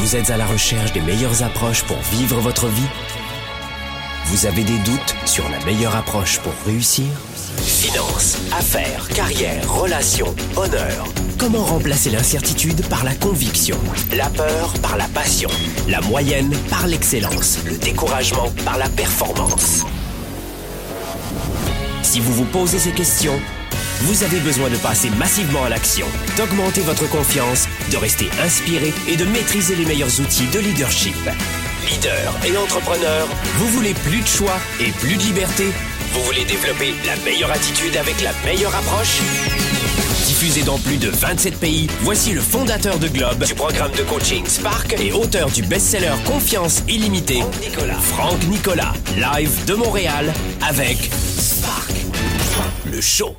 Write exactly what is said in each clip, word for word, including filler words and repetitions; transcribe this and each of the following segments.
Vous êtes à la recherche des meilleures approches pour vivre votre vie? Vous avez des doutes sur la meilleure approche pour réussir? Finances, affaires, carrière, relations, honneur. Comment remplacer l'incertitude par la conviction, la peur par la passion, la moyenne par l'excellence, le découragement par la performance? Si vous vous posez ces questions, vous avez besoin de passer massivement à l'action, d'augmenter votre confiance, de rester inspiré et de maîtriser les meilleurs outils de leadership. Leader et entrepreneur, vous voulez plus de choix et plus de liberté? Vous voulez développer la meilleure attitude avec la meilleure approche? Diffusé dans plus de vingt-sept pays, voici le fondateur de Globe, du programme de coaching Spark et auteur du best-seller Confiance illimitée, Franck Nicolas. Franck Nicolas, live de Montréal avec Spark, le show.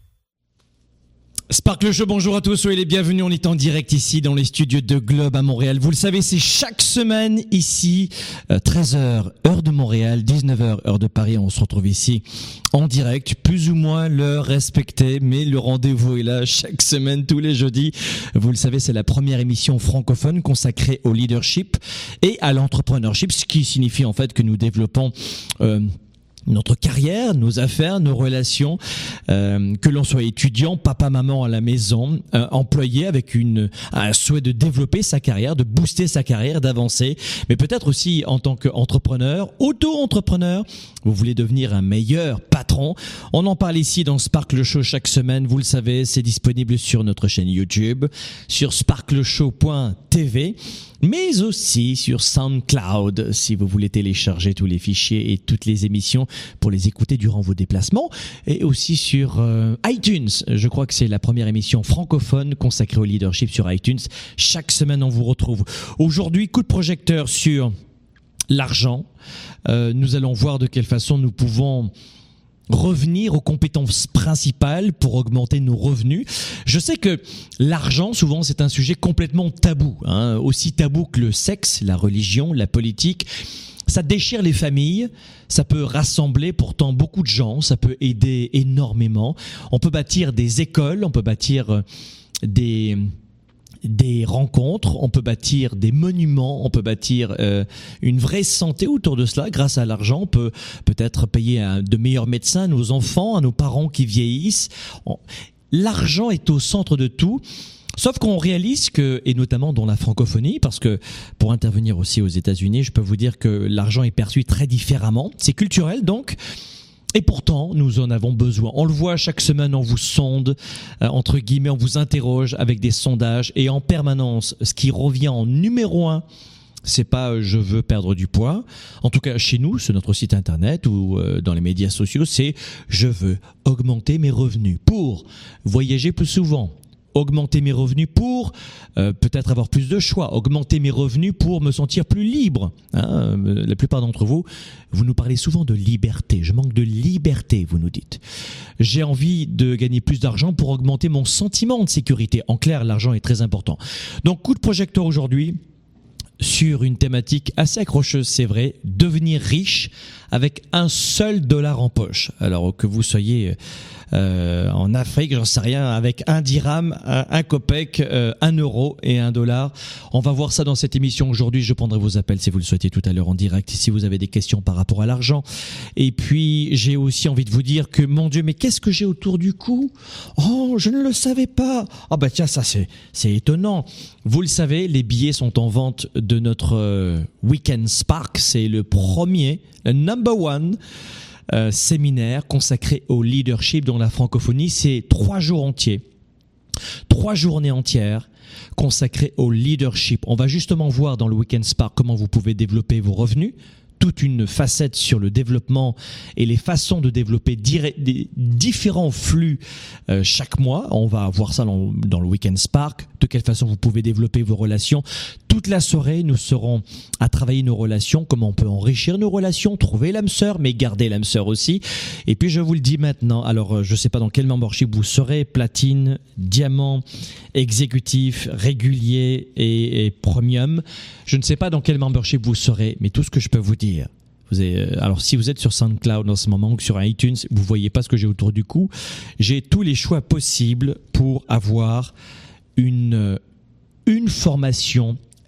Spark le show, bonjour à tous, soyez les bienvenus, on est en direct ici dans les studios de Globe à Montréal. Vous le savez, c'est chaque semaine ici, treize heures, heure de Montréal, dix-neuf heures, heure de Paris. On se retrouve ici en direct, plus ou moins l'heure respectée, mais le rendez-vous est là chaque semaine, tous les jeudis. Vous le savez, c'est la première émission francophone consacrée au leadership et à l'entrepreneurship, ce qui signifie en fait que nous développons... Euh, notre carrière, nos affaires, nos relations, euh, que l'on soit étudiant, papa, maman à la maison, euh, employé avec une, un souhait de développer sa carrière, de booster sa carrière, d'avancer, mais peut-être aussi en tant qu'entrepreneur, auto-entrepreneur, vous voulez devenir un meilleur patron. On en parle ici dans Spark le Show chaque semaine, vous le savez, c'est disponible sur notre chaîne YouTube, sur sparkleshow point t v, mais aussi sur SoundCloud, si vous voulez télécharger tous les fichiers et toutes les émissions pour les écouter durant vos déplacements, et aussi sur euh, iTunes. Je crois que c'est la première émission francophone consacrée au leadership sur iTunes. Chaque semaine, on vous retrouve. Aujourd'hui, coup de projecteur sur l'argent. Euh, nous allons voir de quelle façon nous pouvons revenir aux compétences principales pour augmenter nos revenus. Je sais que l'argent, souvent, c'est un sujet complètement tabou, hein, aussi tabou que le sexe, la religion, la politique. Ça déchire les familles, ça peut rassembler pourtant beaucoup de gens, ça peut aider énormément. On peut bâtir des écoles, on peut bâtir des... des rencontres, on peut bâtir des monuments, on peut bâtir euh, une vraie santé autour de cela. Grâce à l'argent, on peut peut-être payer un, de meilleurs médecins à nos enfants, à nos parents qui vieillissent. On, l'argent est au centre de tout. Sauf qu'on réalise que, et notamment dans la francophonie, parce que pour intervenir aussi aux États-Unis, je peux vous dire que l'argent est perçu très différemment. C'est culturel donc. Et pourtant, nous en avons besoin. On le voit chaque semaine, on vous sonde, euh, entre guillemets, on vous interroge avec des sondages. Et en permanence, ce qui revient en numéro un, c'est pas euh, je veux perdre du poids. En tout cas, chez nous, sur notre site internet ou euh, dans les médias sociaux, c'est je veux augmenter mes revenus pour voyager plus souvent. Augmenter mes revenus pour euh, peut-être avoir plus de choix, augmenter mes revenus pour me sentir plus libre. Hein, la plupart d'entre vous, vous nous parlez souvent de liberté. Je manque de liberté, vous nous dites. J'ai envie de gagner plus d'argent pour augmenter mon sentiment de sécurité. En clair, l'argent est très important. Donc, coup de projecteur aujourd'hui sur une thématique assez accrocheuse, c'est vrai, devenir riche avec un seul dollar en poche. Alors que vous soyez euh, en Afrique, j'en sais rien, avec un dirham, un, un copec, euh, un euro et un dollar. On va voir ça dans cette émission aujourd'hui. Je prendrai vos appels si vous le souhaitez tout à l'heure en direct, si vous avez des questions par rapport à l'argent. Et puis, j'ai aussi envie de vous dire que, mon Dieu, mais qu'est-ce que j'ai autour du cou? Oh, je ne le savais pas. Ah oh, bah tiens, ça c'est, c'est étonnant. Vous le savez, les billets sont en vente de notre euh, Weekend Spark. C'est le premier, le number one euh, séminaire consacré au leadership dans la francophonie. C'est trois jours entiers, trois journées entières consacrées au leadership. On va justement voir dans le Weekend Spark comment vous pouvez développer vos revenus, toute une facette sur le développement et les façons de développer dire- des différents flux euh, chaque mois. On va voir ça dans, dans le Weekend Spark, de quelle façon vous pouvez développer vos relations. Toute la soirée, nous serons à travailler nos relations, comment on peut enrichir nos relations, trouver l'âme sœur, mais garder l'âme sœur aussi. Et puis, je vous le dis maintenant, alors je ne sais pas dans quel membership vous serez, platine, diamant, exécutif, régulier et, et premium. Je ne sais pas dans quel membership vous serez, mais tout ce que je peux vous dire, vous avez, alors si vous êtes sur SoundCloud en ce moment ou sur iTunes, vous voyez pas ce que j'ai autour du cou. J'ai tous les choix possibles pour avoir une, une formation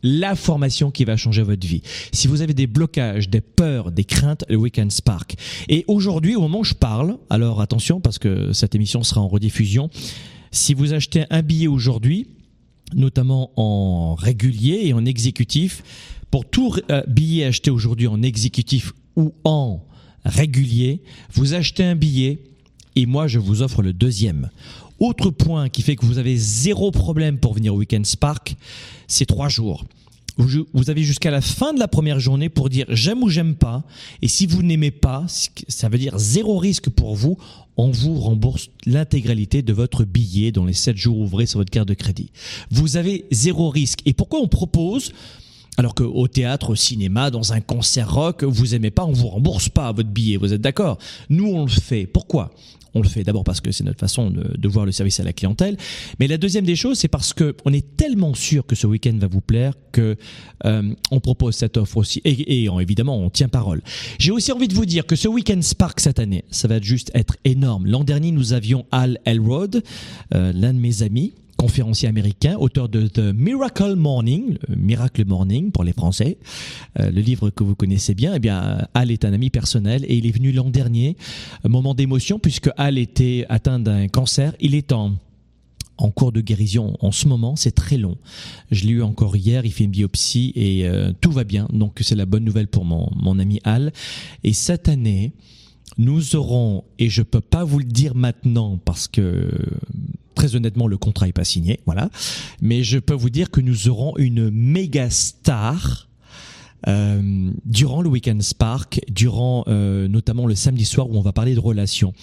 la formation qui va changer votre vie. Si vous avez des blocages, des peurs, des craintes, le Weekend Spark. Et aujourd'hui, au moment où je parle, alors attention parce que cette émission sera en rediffusion, si vous achetez un billet aujourd'hui, notamment en régulier et en exécutif, pour tout billet acheté aujourd'hui en exécutif ou en régulier, vous achetez un billet et moi je vous offre le deuxième. Autre point qui fait que vous avez zéro problème pour venir au Weekend Spark, c'est trois jours. Vous avez jusqu'à la fin de la première journée pour dire j'aime ou j'aime pas. Et si vous n'aimez pas, ça veut dire zéro risque pour vous. On vous rembourse l'intégralité de votre billet dans les sept jours ouvrés sur votre carte de crédit. Vous avez zéro risque. Et pourquoi on propose, alors qu'au théâtre, au cinéma, dans un concert rock, vous aimez pas, on vous rembourse pas votre billet. Vous êtes d'accord? Nous, on le fait. Pourquoi? On le fait d'abord parce que c'est notre façon de, de voir le service à la clientèle. Mais la deuxième des choses, c'est parce que on est tellement sûr que ce week-end va vous plaire que euh, on propose cette offre aussi. Et, et évidemment, on tient parole. J'ai aussi envie de vous dire que ce Weekend Spark cette année, ça va juste être énorme. L'an dernier, nous avions Hal Elrod, euh, l'un de mes amis, conférencier américain, auteur de The Miracle Morning, le Miracle Morning pour les Français, euh, le livre que vous connaissez bien. Eh bien, Hal est un ami personnel et il est venu l'an dernier, un moment d'émotion puisque Hal était atteint d'un cancer. Il est en en cours de guérison en ce moment, c'est très long. Je l'ai eu encore hier, il fait une biopsie et euh, tout va bien. Donc c'est la bonne nouvelle pour mon mon ami Hal. Et cette année, nous aurons, et je peux pas vous le dire maintenant parce que très honnêtement le contrat est pas signé, voilà. Mais je peux vous dire que nous aurons une méga star euh, durant le Weekend Spark, durant euh, notamment le samedi soir où on va parler de relations.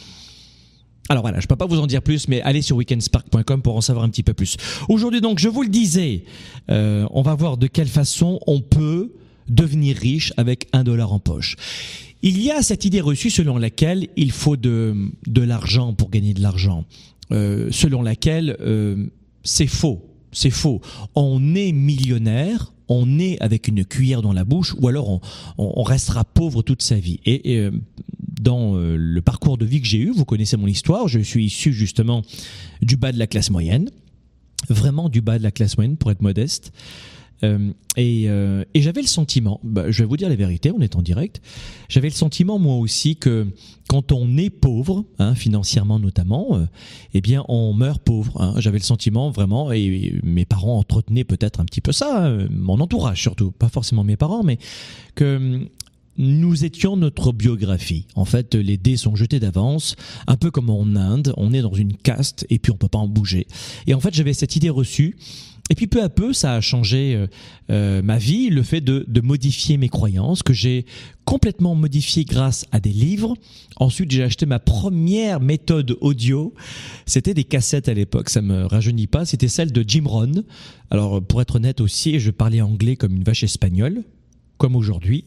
Alors voilà, je peux pas vous en dire plus, mais allez sur weekend spark point com pour en savoir un petit peu plus. Aujourd'hui donc, je vous le disais, euh, on va voir de quelle façon on peut devenir riche avec un dollar en poche. Il y a cette idée reçue selon laquelle il faut de, de l'argent pour gagner de l'argent, euh, selon laquelle euh, c'est faux, c'est faux. On est millionnaire, on est avec une cuillère dans la bouche, ou alors on, on, on restera pauvre toute sa vie. Et, et euh, dans euh, le parcours de vie que j'ai eu, vous connaissez mon histoire, je suis issu justement du bas de la classe moyenne, vraiment du bas de la classe moyenne pour être modeste. Euh, et, euh, et j'avais le sentiment, bah, je vais vous dire la vérité, on est en direct, j'avais le sentiment moi aussi que quand on est pauvre, hein, financièrement notamment, euh, eh bien on meurt pauvre. Hein. J'avais le sentiment vraiment, et, et mes parents entretenaient peut-être un petit peu ça, hein, mon entourage surtout, pas forcément mes parents, mais que nous étions notre biographie. En fait, les dés sont jetés d'avance, un peu comme en Inde, on est dans une caste et puis on peut pas en bouger. Et en fait, j'avais cette idée reçue. Et puis peu à peu, ça a changé euh, euh, ma vie, le fait de, de modifier mes croyances, que j'ai complètement modifié grâce à des livres. Ensuite, j'ai acheté ma première méthode audio. C'était des cassettes à l'époque, ça me rajeunit pas. C'était celle de Jim Rohn. Alors, pour être honnête aussi, je parlais anglais comme une vache espagnole, comme aujourd'hui.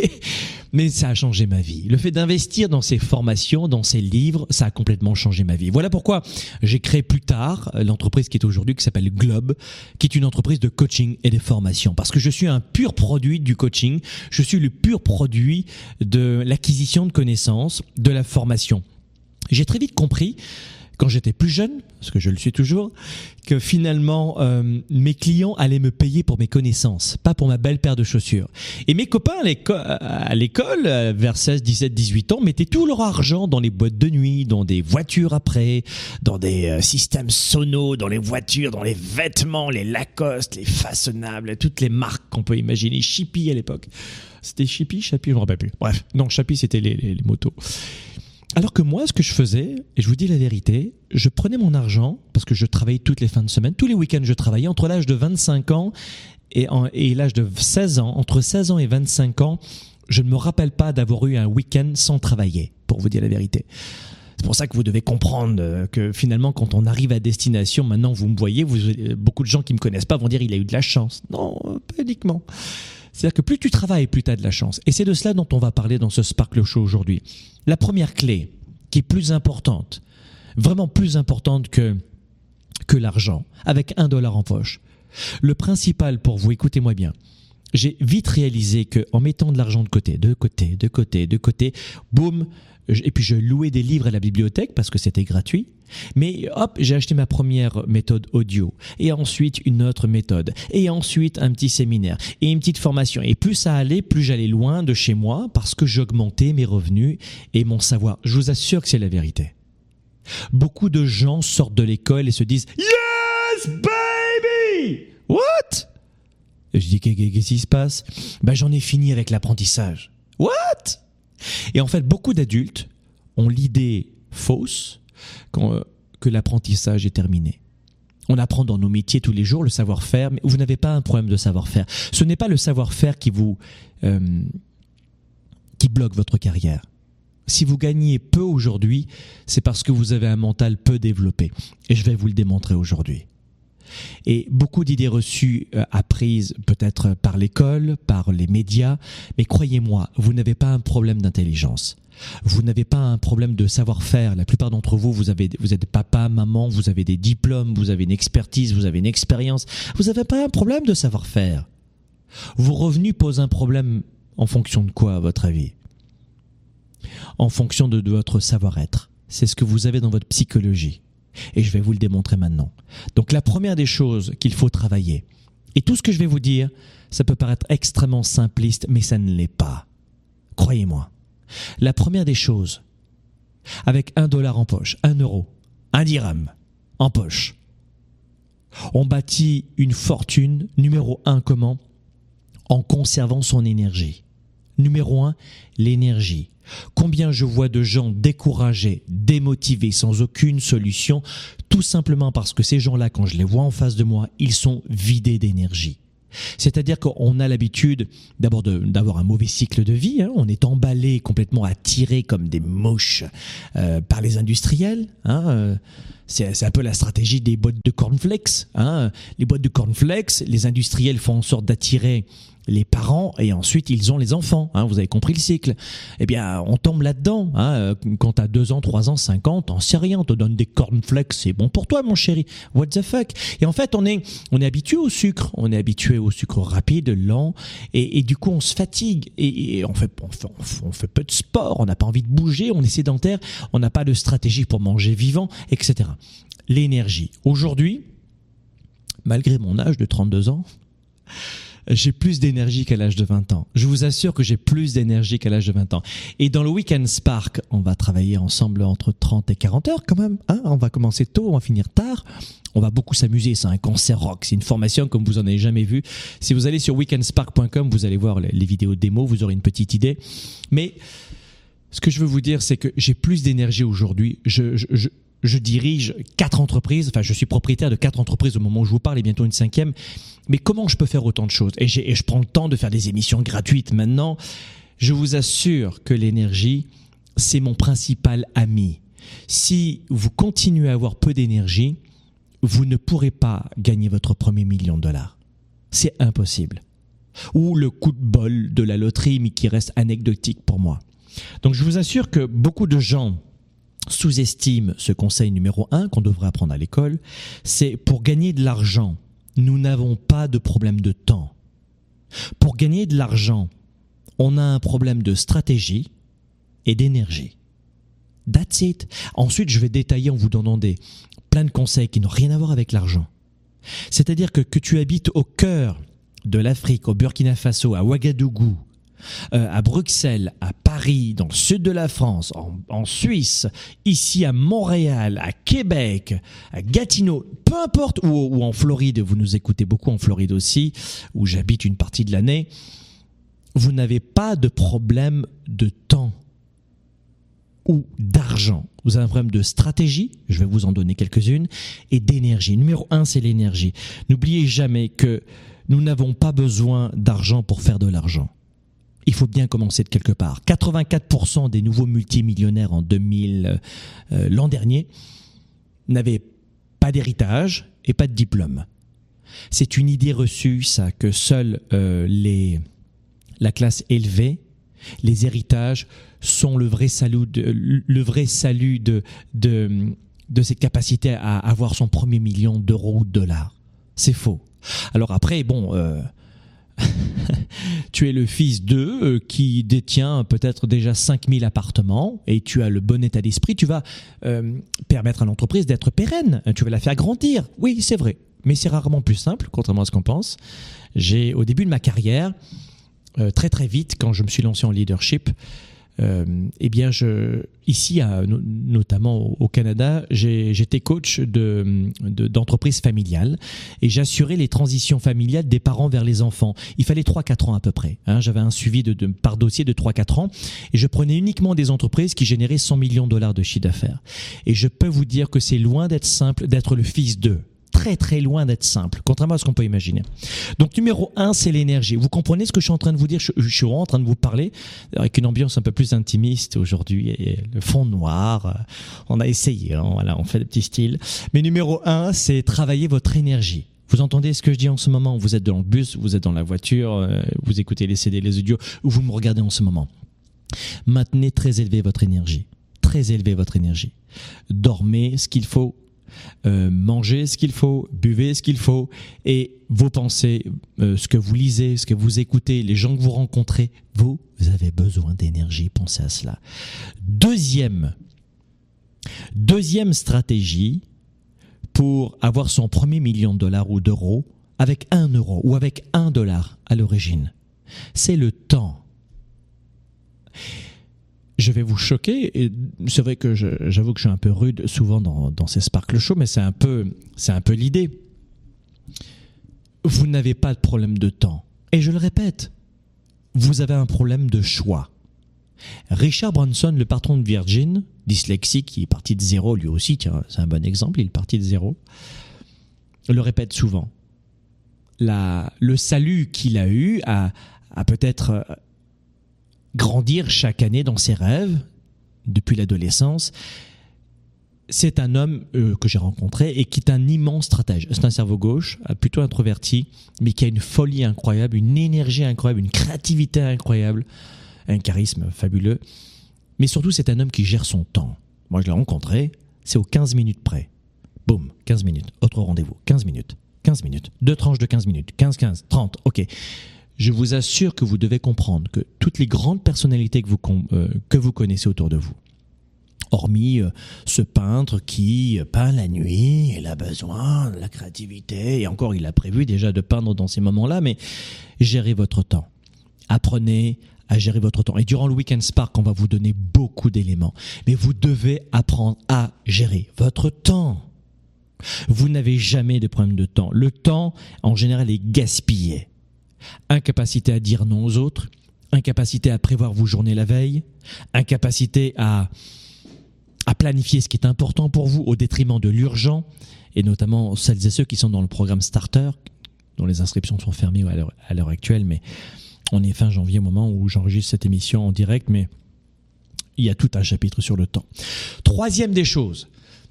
Mais ça a changé ma vie. Le fait d'investir dans ces formations, dans ces livres, ça a complètement changé ma vie. Voilà pourquoi j'ai créé plus tard l'entreprise qui est aujourd'hui, qui s'appelle Globe, qui est une entreprise de coaching et de formation. Parce que je suis un pur produit du coaching, je suis le pur produit de l'acquisition de connaissances, de la formation. J'ai très vite compris, quand j'étais plus jeune, parce que je le suis toujours, que finalement euh, mes clients allaient me payer pour mes connaissances, pas pour ma belle paire de chaussures. Et mes copains à l'école, vers seize, dix-sept, dix-huit ans, mettaient tout leur argent dans les boîtes de nuit, dans des voitures après, dans des euh, systèmes sonos, dans les voitures, dans les vêtements, les Lacoste, les façonnables, toutes les marques qu'on peut imaginer. Chippy à l'époque. C'était Chippy, Chappy, je ne me rappelle plus. Bref, non, Chappy c'était les, les, les motos. Alors que moi, ce que je faisais, et je vous dis la vérité, je prenais mon argent, parce que je travaillais toutes les fins de semaine, tous les week-ends je travaillais, entre l'âge de vingt-cinq ans et, en, et l'âge de seize ans, entre seize ans et vingt-cinq ans, je ne me rappelle pas d'avoir eu un week-end sans travailler, pour vous dire la vérité. C'est pour ça que vous devez comprendre que finalement, quand on arrive à destination, maintenant vous me voyez, vous, beaucoup de gens qui me connaissent pas vont dire il a eu de la chance. Non, pas uniquement. C'est-à-dire que plus tu travailles, plus tu as de la chance. Et c'est de cela dont on va parler dans ce Sparkle Show aujourd'hui. La première clé, qui est plus importante, vraiment plus importante que, que l'argent, avec un dollar en poche. Le principal pour vous, écoutez-moi bien, j'ai vite réalisé qu'en mettant de l'argent de côté, de côté, de côté, de côté, boum, et puis je louais des livres à la bibliothèque parce que c'était gratuit. Mais hop, j'ai acheté ma première méthode audio et ensuite une autre méthode et ensuite un petit séminaire et une petite formation. Et plus ça allait, plus j'allais loin de chez moi parce que j'augmentais mes revenus et mon savoir. Je vous assure que c'est la vérité. Beaucoup de gens sortent de l'école et se disent « Yes, baby !» What? Et je dis « Qu'est-ce qui se passe ?» Ben, j'en ai fini avec l'apprentissage. What? Et en fait, beaucoup d'adultes ont l'idée fausse que l'apprentissage est terminé. On apprend dans nos métiers tous les jours le savoir-faire, mais vous n'avez pas un problème de savoir-faire. Ce n'est pas le savoir-faire qui vous euh, qui bloque votre carrière. Si vous gagnez peu aujourd'hui, c'est parce que vous avez un mental peu développé. Et je vais vous le démontrer aujourd'hui. Et beaucoup d'idées reçues euh, apprises peut-être par l'école, par les médias, mais croyez-moi, vous n'avez pas un problème d'intelligence. Vous n'avez pas un problème de savoir-faire. La plupart d'entre vous, vous avez, vous êtes papa, maman, vous avez des diplômes, vous avez une expertise, vous avez une expérience. Vous n'avez pas un problème de savoir-faire. Vos revenus posent un problème en fonction de quoi, à votre avis? En fonction de, de votre savoir-être. C'est ce que vous avez dans votre psychologie. Et je vais vous le démontrer maintenant. Donc la première des choses qu'il faut travailler, et tout ce que je vais vous dire, ça peut paraître extrêmement simpliste, mais ça ne l'est pas. Croyez-moi. La première des choses, avec un dollar en poche, un euro, un dirham en poche, on bâtit une fortune, numéro un, comment? En conservant son énergie. Numéro un, l'énergie. Combien je vois de gens découragés, démotivés, sans aucune solution, tout simplement parce que ces gens-là, quand je les vois en face de moi, ils sont vidés d'énergie. C'est-à-dire qu'on a l'habitude d'abord de, d'avoir un mauvais cycle de vie, hein. On est emballé, complètement attiré comme des mouches euh, par les industriels, hein. euh, c'est, c'est un peu la stratégie des boîtes de cornflakes, hein. Les boîtes de cornflakes, les industriels font en sorte d'attirer les parents et ensuite ils ont les enfants, hein, vous avez compris le cycle. Eh bien, on tombe là-dedans, hein, quand t'as deux ans, trois ans, cinq ans, t'en sais rien, on te donne des cornflakes, c'est bon pour toi mon chéri, what the fuck. Et en fait, on est, on est habitué au sucre, on est habitué au sucre rapide, lent, et, et du coup on se fatigue, et, et on, fait, on, fait, on, fait, on fait peu de sport, on n'a pas envie de bouger, on est sédentaire, on n'a pas de stratégie pour manger vivant, et cetera. L'énergie. Aujourd'hui, malgré mon âge de trente-deux ans, j'ai plus d'énergie qu'à l'âge de vingt ans. Je vous assure que j'ai plus d'énergie qu'à l'âge de vingt ans. Et dans le Weekend Spark, on va travailler ensemble entre trente et quarante heures quand même, hein. On va commencer tôt, on va finir tard. On va beaucoup s'amuser, c'est un concert rock, c'est une formation comme vous en avez jamais vu. Si vous allez sur weekend spark point com, vous allez voir les vidéos démos, vous aurez une petite idée. Mais ce que je veux vous dire, c'est que j'ai plus d'énergie aujourd'hui. Je, je, je, je dirige quatre entreprises, enfin je suis propriétaire de quatre entreprises au moment où je vous parle et bientôt une cinquième. Mais comment je peux faire autant de choses? Et, j'ai, et je prends le temps de faire des émissions gratuites maintenant. Je vous assure que l'énergie, c'est mon principal ami. Si vous continuez à avoir peu d'énergie, vous ne pourrez pas gagner votre premier million de dollars. C'est impossible. Ou le coup de bol de la loterie, mais qui reste anecdotique pour moi. Donc je vous assure que beaucoup de gens sous-estiment ce conseil numéro un qu'on devrait apprendre à l'école. C'est pour gagner de l'argent, nous n'avons pas de problème de temps. Pour gagner de l'argent, on a un problème de stratégie et d'énergie. That's it. Ensuite, je vais détailler en vous donnant des, plein de conseils qui n'ont rien à voir avec l'argent. C'est-à-dire que, que tu habites au cœur de l'Afrique, au Burkina Faso, à Ouagadougou, euh, à Bruxelles, à Paris, dans le sud de la France, en, en Suisse, ici à Montréal, à Québec, à Gatineau, peu importe, ou, ou en Floride, vous nous écoutez beaucoup en Floride aussi, où j'habite une partie de l'année, vous n'avez pas de problème de temps ou d'argent. Vous avez un problème de stratégie, je vais vous en donner quelques-unes, et d'énergie. Numéro un, c'est l'énergie. N'oubliez jamais que nous n'avons pas besoin d'argent pour faire de l'argent. Il faut bien commencer de quelque part. quatre-vingt-quatre pour cent des nouveaux multimillionnaires en deux mille, euh, l'an dernier, n'avaient pas d'héritage et pas de diplôme. C'est une idée reçue, ça, que seuls euh, les, la classe élevée, les héritages, sont le vrai salut de, le vrai salut de, de, de cette capacité à avoir son premier million d'euros ou de dollars. C'est faux. Alors après, bon, euh, tu es le fils d'eux euh, qui détient peut-être déjà cinq mille appartements et tu as le bon état d'esprit, tu vas euh, permettre à l'entreprise d'être pérenne, tu vas la faire grandir. Oui, c'est vrai, mais c'est rarement plus simple, contrairement à ce qu'on pense. J'ai, au début de ma carrière, euh, très très vite, quand je me suis lancé en leadership, Euh, eh bien, je, ici, à, notamment au Canada, j'ai, j'étais coach de, de, d'entreprise familiale et j'assurais les transitions familiales des parents vers les enfants. Il fallait trois à quatre ans à peu près. Hein, j'avais un suivi de, de, par dossier de trois à quatre ans et je prenais uniquement des entreprises qui généraient cent millions de dollars de chiffre d'affaires. Et je peux vous dire que c'est loin d'être simple d'être le fils d'eux. Très très loin d'être simple, contrairement à ce qu'on peut imaginer. Donc numéro un, c'est l'énergie. Vous comprenez ce que je suis en train de vous dire? Je, je suis vraiment en train de vous parler avec une ambiance un peu plus intimiste aujourd'hui, et le fond noir. On a essayé, hein, voilà, on fait des petits styles. Mais numéro un, c'est travailler votre énergie. Vous entendez ce que je dis en ce moment? Vous êtes dans le bus, vous êtes dans la voiture, vous écoutez les C D, les audios, ou vous me regardez en ce moment. Maintenez très élevé votre énergie. Très élevé votre énergie. Dormez ce qu'il faut. Euh, mangez ce qu'il faut, buvez ce qu'il faut, et vos pensées, euh, ce que vous lisez, ce que vous écoutez, les gens que vous rencontrez, vous avez besoin d'énergie, pensez à cela. Deuxième, deuxième stratégie pour avoir son premier million de dollars ou d'euros avec un euro ou avec un dollar à l'origine, c'est le temps. Je vais vous choquer, et c'est vrai que je, j'avoue que je suis un peu rude souvent dans, dans ces Sparkle Show, mais c'est un peu, c'est un peu l'idée. Vous n'avez pas de problème de temps. Et je le répète, vous avez un problème de choix. Richard Branson, le patron de Virgin, dyslexique, qui est parti de zéro lui aussi, tiens, c'est un bon exemple, il est parti de zéro, le répète souvent. La, le salut qu'il a eu a, a peut-être... grandir chaque année dans ses rêves, depuis l'adolescence. C'est un homme euh, que j'ai rencontré et qui est un immense stratège. C'est un cerveau gauche, plutôt introverti, mais qui a une folie incroyable, une énergie incroyable, une créativité incroyable, un charisme fabuleux. Mais surtout, c'est un homme qui gère son temps. Moi, je l'ai rencontré, c'est aux quinze minutes près. Boum, quinze minutes, autre rendez-vous, quinze minutes, quinze minutes, deux tranches de quinze minutes, quinze, quinze, trente, ok. Je vous assure que vous devez comprendre que toutes les grandes personnalités que vous, euh, que vous connaissez autour de vous, hormis euh, ce peintre qui peint la nuit, il a besoin de la créativité, et encore il a prévu déjà de peindre dans ces moments-là, mais gérez votre temps. Apprenez à gérer votre temps. Et durant le Weekend Spark, on va vous donner beaucoup d'éléments, mais vous devez apprendre à gérer votre temps. Vous n'avez jamais de problème de temps. Le temps, en général, est gaspillé. Incapacité à dire non aux autres, incapacité à prévoir vos journées la veille, incapacité à, à planifier ce qui est important pour vous au détriment de l'urgent, et notamment celles et ceux qui sont dans le programme Starter, dont les inscriptions sont fermées à l'heure, à l'heure actuelle, mais on est fin janvier au moment où j'enregistre cette émission en direct, mais il y a tout un chapitre sur le temps. Troisième des choses,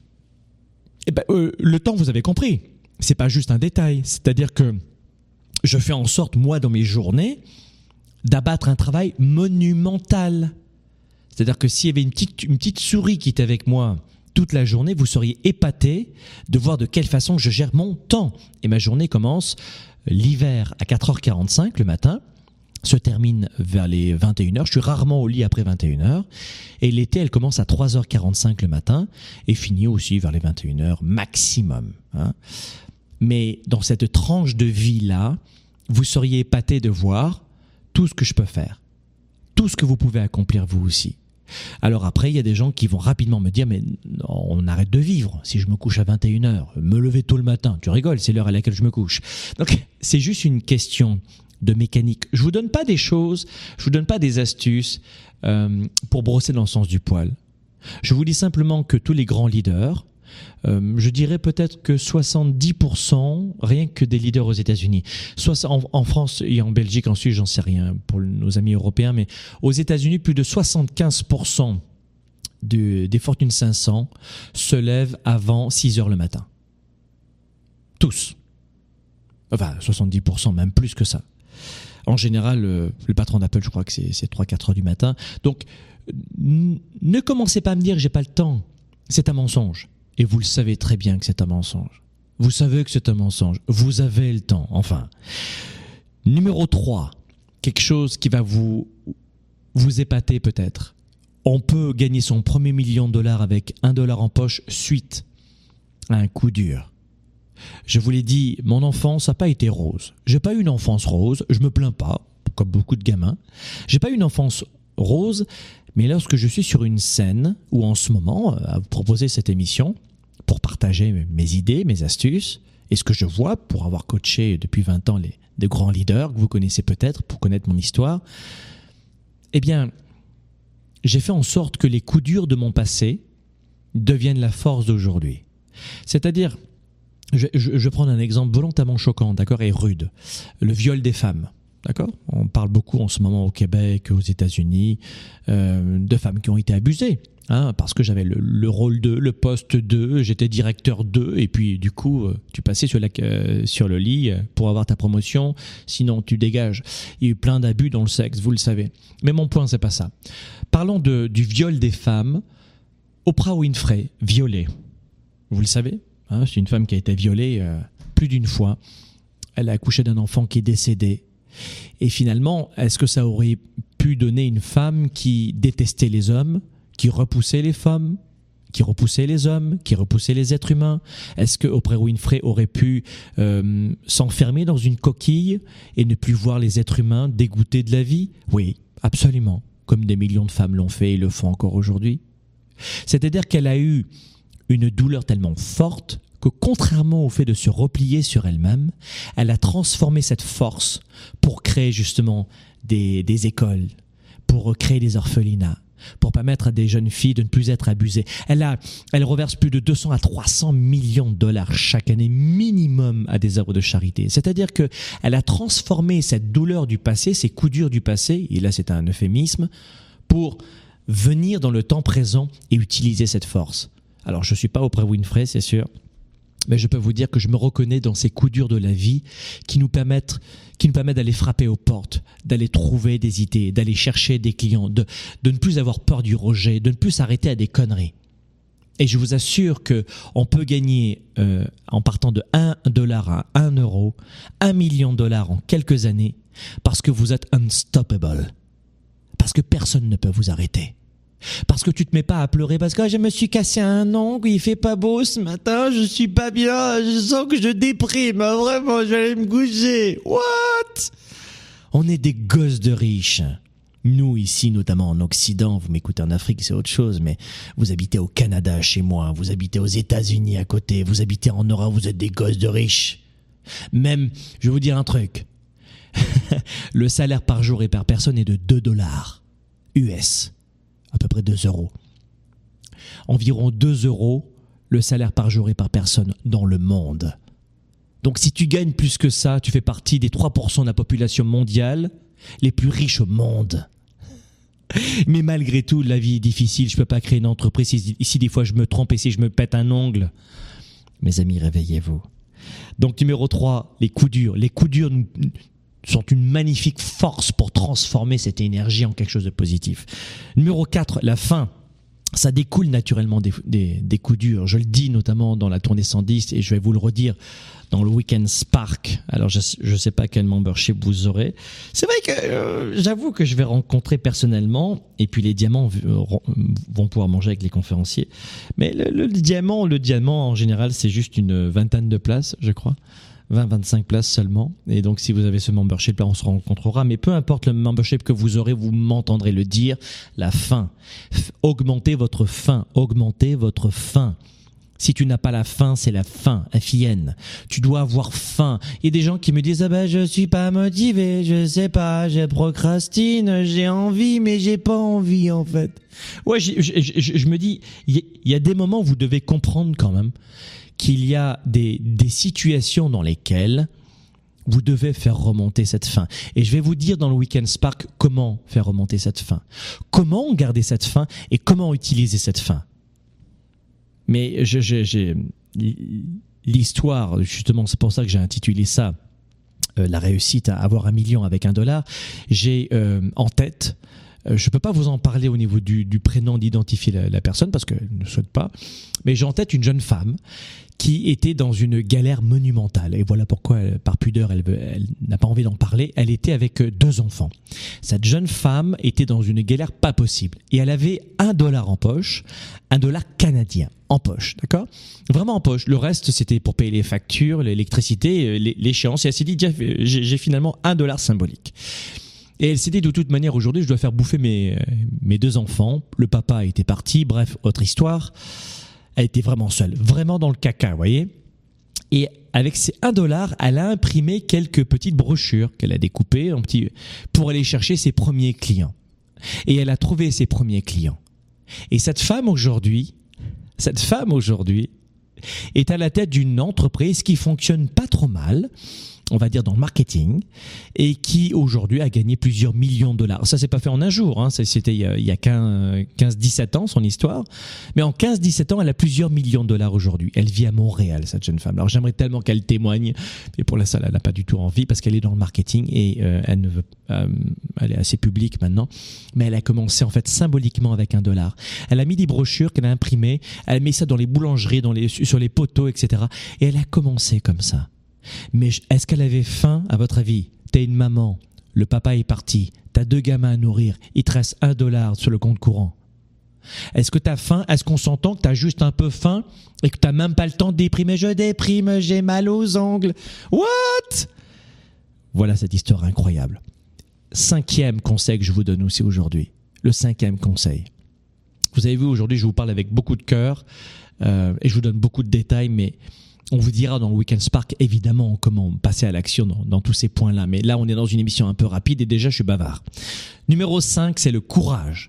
eh ben, euh, le temps, vous avez compris, c'est pas juste un détail, c'est-à-dire que je fais en sorte, moi, dans mes journées, d'abattre un travail monumental. C'est-à-dire que s'il y avait une petite, une petite souris qui était avec moi toute la journée, vous seriez épaté de voir de quelle façon je gère mon temps. Et ma journée commence l'hiver à quatre heures quarante-cinq le matin, se termine vers les vingt et une heures. Je suis rarement au lit après vingt et une heures. Et l'été, elle commence à trois heures quarante-cinq le matin et finit aussi vers les vingt et une heures maximum, hein. Mais dans cette tranche de vie-là, vous seriez épaté de voir tout ce que je peux faire, tout ce que vous pouvez accomplir vous aussi. Alors après, il y a des gens qui vont rapidement me dire « mais on arrête de vivre si je me couche à vingt et une heures, me lever tôt le matin, tu rigoles, c'est l'heure à laquelle je me couche. » Donc c'est juste une question de mécanique. Je vous donne pas des choses, je vous donne pas des astuces euh, pour brosser dans le sens du poil. Je vous dis simplement que tous les grands leaders, Euh, je dirais peut-être que soixante-dix pour cent, rien que des leaders aux États-Unis, soit en, en France et en Belgique, en Suisse, j'en sais rien pour nos amis européens, mais aux États-Unis, plus de soixante-quinze pour cent de, des Fortune cinq cents se lèvent avant six heures le matin. Tous. Enfin, soixante-dix pour cent, même plus que ça. En général, le, le patron d'Apple, je crois que c'est, c'est trois à quatre heures du matin. Donc, n- ne commencez pas à me dire « j'ai pas le temps ». C'est un mensonge. Et vous le savez très bien que c'est un mensonge. Vous savez que c'est un mensonge. Vous avez le temps, enfin. Numéro trois, quelque chose qui va vous, vous épater peut-être. On peut gagner son premier million de dollars avec un dollar en poche suite à un coup dur. Je vous l'ai dit, mon enfance n'a pas été rose. J'ai pas eu une enfance rose, je me plains pas, comme beaucoup de gamins. J'ai pas eu une enfance rose, mais lorsque je suis sur une scène, ou en ce moment, à vous proposer cette émission, pour partager mes idées, mes astuces, et ce que je vois, pour avoir coaché depuis vingt ans les, de grands leaders que vous connaissez peut-être, pour connaître mon histoire, eh bien, j'ai fait en sorte que les coups durs de mon passé deviennent la force d'aujourd'hui. C'est-à-dire, je, je, je vais prendre un exemple volontairement choquant, d'accord, et rude. Le viol des femmes, d'accord ? On parle beaucoup en ce moment au Québec, aux États-Unis, euh, de femmes qui ont été abusées, hein, parce que j'avais le, le rôle deux, le poste deux, j'étais directeur deux, et puis du coup, tu passais sur, la, euh, sur le lit pour avoir ta promotion, sinon tu dégages. Il y a eu plein d'abus dans le sexe, vous le savez. Mais mon point, c'est pas ça. Parlons de, du viol des femmes. Oprah Winfrey, violée. Vous le savez, hein, c'est une femme qui a été violée euh, plus d'une fois. Elle a accouché d'un enfant qui est décédé. Et finalement, est-ce que ça aurait pu donner une femme qui détestait les hommes, qui repoussait les femmes, qui repoussait les hommes, qui repoussait les êtres humains? Est-ce que Oprah Winfrey aurait pu euh, s'enfermer dans une coquille et ne plus voir les êtres humains dégoûtés de la vie? Oui, absolument. Comme des millions de femmes l'ont fait et le font encore aujourd'hui. C'est-à-dire qu'elle a eu une douleur tellement forte que contrairement au fait de se replier sur elle-même, elle a transformé cette force pour créer justement des, des écoles, pour créer des orphelinats, pour permettre à des jeunes filles de ne plus être abusées. Elle, a, elle reverse plus de deux cents à trois cents millions de dollars chaque année minimum à des œuvres de charité. C'est-à-dire qu'elle a transformé cette douleur du passé, ces coups durs du passé, et là c'est un euphémisme, pour venir dans le temps présent et utiliser cette force. Alors je ne suis pas Oprah Winfrey, c'est sûr, mais je peux vous dire que je me reconnais dans ces coups durs de la vie qui nous permettent, qui nous permettent d'aller frapper aux portes, d'aller trouver des idées, d'aller chercher des clients, de, de ne plus avoir peur du rejet, de ne plus s'arrêter à des conneries. Et je vous assure qu'on peut gagner, euh, en partant de un dollar à un euro, un million de dollars en quelques années, parce que vous êtes unstoppable. Parce que personne ne peut vous arrêter. Parce que tu te mets pas à pleurer parce que oh, je me suis cassé un ongle, il fait pas beau ce matin, je suis pas bien, je sens que je déprime, hein, vraiment, je vais aller me coucher. What? On est des gosses de riches. Nous ici, notamment en Occident, vous m'écoutez en Afrique, c'est autre chose, mais vous habitez au Canada chez moi, vous habitez aux États-Unis à côté, vous habitez en Europe, vous êtes des gosses de riches. Même, je vais vous dire un truc. Le salaire par jour et par personne est de deux dollars U S, à peu près deux euros. Environ deux euros le salaire par jour et par personne dans le monde. Donc si tu gagnes plus que ça, tu fais partie des trois pour cent de la population mondiale les plus riches au monde. Mais malgré tout, la vie est difficile, je ne peux pas créer une entreprise si, si des fois je me trompe et si je me pète un ongle. Mes amis, réveillez-vous. Donc numéro trois, les coups durs. Les coups durs nous sont une magnifique force pour transformer cette énergie en quelque chose de positif. Numéro quatre, la faim. Ça découle naturellement des, des, des coups durs. Je le dis notamment dans la tournée cent dix et je vais vous le redire dans le Weekend Spark. Alors, je ne sais pas quel membership vous aurez. C'est vrai que euh, j'avoue que je vais rencontrer personnellement et puis les diamants vont pouvoir manger avec les conférenciers. Mais le, le diamant, le diamant en général, c'est juste une vingtaine de places, je crois. vingt à vingt-cinq places seulement. Et donc, si vous avez ce membership, là, on se rencontrera. Mais peu importe le membership que vous aurez, vous m'entendrez le dire, la faim. F- augmentez votre faim. Augmentez votre faim. Si tu n'as pas la faim, c'est la faim, F I N. Tu dois avoir faim. Il y a des gens qui me disent, ah ben, je suis pas motivé, je sais pas, je procrastine, j'ai envie, mais j'ai pas envie, en fait. Ouais, je, je, je, je me dis, il y, y a des moments où vous devez comprendre quand même qu'il y a des, des situations dans lesquelles vous devez faire remonter cette faim. Et je vais vous dire dans le Weekend Spark comment faire remonter cette faim. Comment garder cette faim et comment utiliser cette faim. Mais je, je, j'ai, l'histoire, justement, c'est pour ça que j'ai intitulé ça euh, la réussite à avoir un million avec un dollar. J'ai euh, en tête Euh, je peux pas vous en parler au niveau du, du prénom, d'identifier la, la personne parce qu'elle ne souhaite pas. Mais j'ai en tête une jeune femme qui était dans une galère monumentale. Et voilà pourquoi, elle, par pudeur, elle, veut, elle n'a pas envie d'en parler. Elle était avec deux enfants. Cette jeune femme était dans une galère pas possible. Et elle avait un dollar en poche, un dollar canadien en poche, d'accord ? Vraiment en poche. Le reste, c'était pour payer les factures, l'électricité, l'échéance. Et elle s'est dit, j'ai, j'ai finalement un dollar symbolique. Et elle s'est dit, de toute manière, aujourd'hui, je dois faire bouffer mes, mes deux enfants. Le papa était parti. Bref, autre histoire. Elle était vraiment seule, vraiment dans le caca, vous voyez. Et avec ces un dollar, elle a imprimé quelques petites brochures qu'elle a découpées en petits, pour aller chercher ses premiers clients. Et elle a trouvé ses premiers clients. Et cette femme aujourd'hui, cette femme aujourd'hui est à la tête d'une entreprise qui fonctionne pas trop mal, on va dire dans le marketing, et qui aujourd'hui a gagné plusieurs millions de dollars. Ça s'est pas fait en un jour, hein. C'était il y a, il y a quinze dix-sept ans son histoire, mais en quinze dix-sept ans, elle a plusieurs millions de dollars aujourd'hui. Elle vit à Montréal, cette jeune femme. Alors j'aimerais tellement qu'elle témoigne, mais pour l'instant, elle n'a pas du tout envie parce qu'elle est dans le marketing et euh, elle ne veut, euh, elle est assez publique maintenant, mais elle a commencé en fait symboliquement avec un dollar. Elle a mis des brochures qu'elle a imprimées, elle a mis ça dans les boulangeries, dans les, sur les poteaux, et cetera. Et elle a commencé comme ça. Mais est-ce qu'elle avait faim, à votre avis ? T'es une maman, le papa est parti, t'as deux gamins à nourrir, il te reste un dollar sur le compte courant. Est-ce que t'as faim ? Est-ce qu'on s'entend que t'as juste un peu faim et que t'as même pas le temps de déprimer ? Je déprime, j'ai mal aux ongles. What ? Voilà cette histoire incroyable. Cinquième conseil que je vous donne aussi aujourd'hui. Le cinquième conseil. Vous avez vu, aujourd'hui, je vous parle avec beaucoup de cœur euh, et je vous donne beaucoup de détails, mais on vous dira dans le Weekend Spark, évidemment, comment passer à l'action dans, dans tous ces points-là. Mais là, on est dans une émission un peu rapide et déjà, je suis bavard. Numéro cinq, c'est le courage.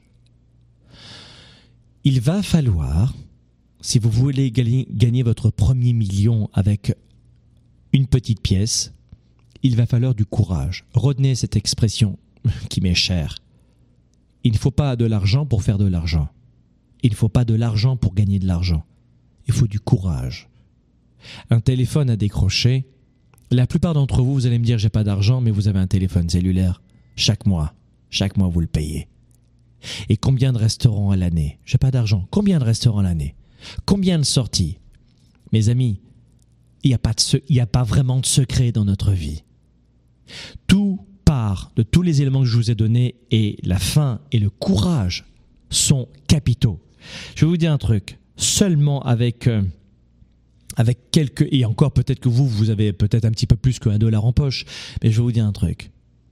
Il va falloir, si vous voulez gagner, gagner votre premier million avec une petite pièce, il va falloir du courage. Retenez cette expression qui m'est chère. Il ne faut pas de l'argent pour faire de l'argent. Il ne faut pas de l'argent pour gagner de l'argent. Il faut du courage. Un téléphone à décrocher. La plupart d'entre vous, vous allez me dire, j'ai pas d'argent, mais vous avez un téléphone cellulaire. Chaque mois, chaque mois, vous le payez. Et combien de restaurants à l'année ? J'ai pas d'argent. Combien de restaurants à l'année ? Combien de sorties ? Mes amis, il n'y a pas de, il n'y a pas vraiment de secret dans notre vie. Tout part de tous les éléments que je vous ai donnés et la faim et le courage sont capitaux. Je vais vous dire un truc. Seulement avec... Euh, Avec quelques, et encore peut-être que vous, vous avez peut-être un petit peu plus qu'un dollar en poche, mais je vais vous dire un truc.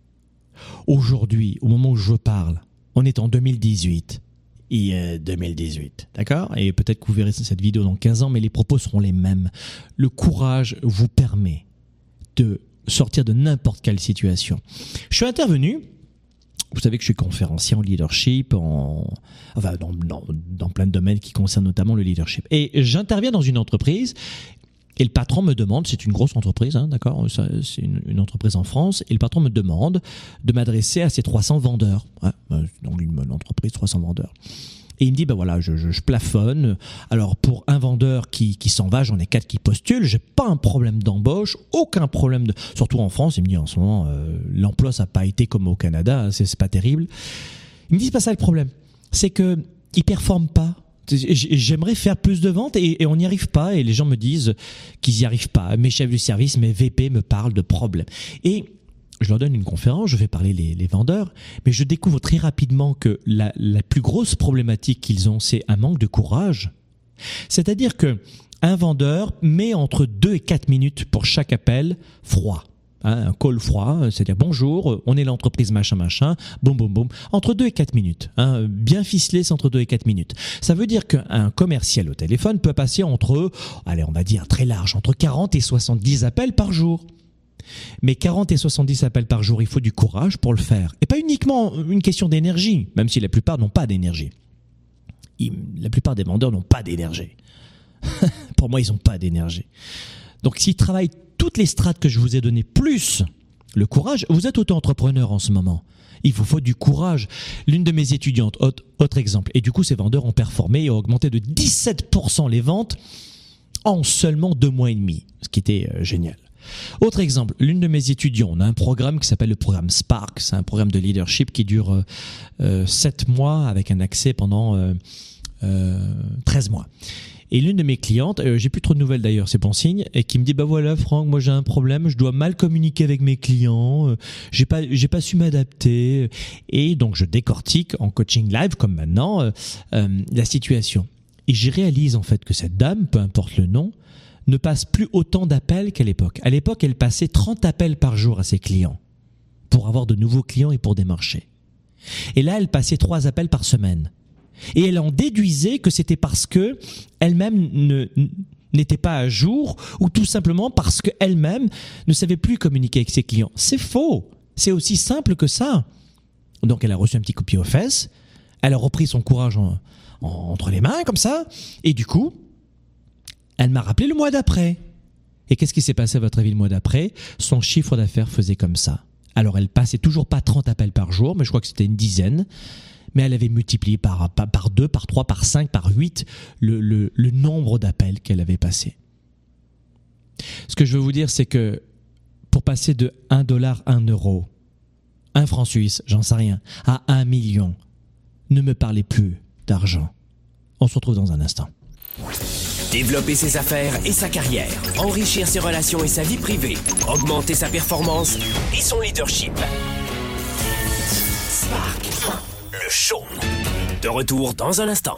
Aujourd'hui, au moment où je parle, on est en deux mille dix-huit. Et euh, deux mille dix-huit, d'accord ? Et peut-être que vous verrez cette vidéo dans quinze ans, mais les propos seront les mêmes. Le courage vous permet de sortir de n'importe quelle situation. Je suis intervenu. Vous savez que je suis conférencier en leadership, en, enfin dans, dans, dans plein de domaines qui concernent notamment le leadership. Et j'interviens dans une entreprise et le patron me demande, c'est une grosse entreprise, hein, d'accord, c'est une, une entreprise en France, et le patron me demande de m'adresser à ces trois cents vendeurs. Ouais, donc une, une entreprise, trois cents vendeurs. Et il me dit, ben voilà, je, je, je plafonne. Alors, pour un vendeur qui, qui s'en va, j'en ai quatre qui postulent. J'ai pas un problème d'embauche, aucun problème de, surtout en France. Il me dit, en ce moment, euh, l'emploi, ça n'a pas été comme au Canada. C'est, c'est pas terrible. Il me dit, c'est pas ça le problème. C'est que, ils performent pas. J'aimerais faire plus de ventes et, et on n'y arrive pas. Et les gens me disent qu'ils n'y arrivent pas. Mes chefs de service, mes V P me parlent de problèmes. Et, je leur donne une conférence, je fais parler les, les vendeurs, mais je découvre très rapidement que la, la plus grosse problématique qu'ils ont, c'est un manque de courage. C'est-à-dire que un vendeur met entre deux et quatre minutes pour chaque appel froid. Hein, un call froid, c'est-à-dire bonjour, on est l'entreprise machin machin, boum boum boum, entre deux et quatre minutes. Hein, bien ficelé, c'est entre deux et quatre minutes. Ça veut dire qu'un commercial au téléphone peut passer entre, allez, on va dire très large, entre quarante et soixante-dix appels par jour. Mais quarante et soixante-dix appels par jour, il faut du courage pour le faire. Et pas uniquement une question d'énergie, même si la plupart n'ont pas d'énergie. Ils, la plupart des vendeurs n'ont pas d'énergie. Pour moi, ils n'ont pas d'énergie. Donc, s'ils travaillent toutes les strates que je vous ai données, plus le courage, vous êtes auto-entrepreneur en ce moment. Il vous faut du courage. L'une de mes étudiantes, autre, autre exemple, et du coup, ces vendeurs ont performé et ont augmenté de dix-sept pour cent les ventes en seulement deux mois et demi, ce qui était euh, génial. Autre exemple, l'une de mes étudiants, on a un programme qui s'appelle le programme Spark, c'est un programme de leadership qui dure euh, sept mois avec un accès pendant euh, euh, treize mois. Et l'une de mes clientes, euh, j'ai plus trop de nouvelles d'ailleurs, c'est bon signe, et qui me dit bah voilà Franck, moi j'ai un problème, je dois mal communiquer avec mes clients, euh, j'ai pas j'ai pas su m'adapter, et donc je décortique en coaching live comme maintenant euh, euh, la situation. Et je réalise en fait que cette dame, peu importe le nom, ne passe plus autant d'appels qu'à l'époque. À l'époque, elle passait trente appels par jour à ses clients pour avoir de nouveaux clients et pour démarcher. Et là, elle passait trois appels par semaine. Et elle en déduisait que c'était parce que elle-même ne, n'était pas à jour ou tout simplement parce qu'elle-même ne savait plus communiquer avec ses clients. C'est faux. C'est aussi simple que ça. Donc, elle a reçu un petit coup de pied aux fesses. Elle a repris son courage en, en, entre les mains comme ça. Et du coup, elle m'a rappelé le mois d'après. Et qu'est-ce qui s'est passé à votre avis le mois d'après? Son chiffre d'affaires faisait comme ça. Alors, elle passait toujours pas trente appels par jour, mais je crois que c'était une dizaine. Mais elle avait multiplié par, par, par deux, par trois, par cinq, par huit le, le, le nombre d'appels qu'elle avait passé. Ce que je veux vous dire, c'est que pour passer de un dollar à un euro, un franc suisse, j'en sais rien, à un million, ne me parlez plus d'argent. On se retrouve dans un instant. Développer ses affaires et sa carrière, enrichir ses relations et sa vie privée, augmenter sa performance et son leadership. Spark, le show. De retour dans un instant.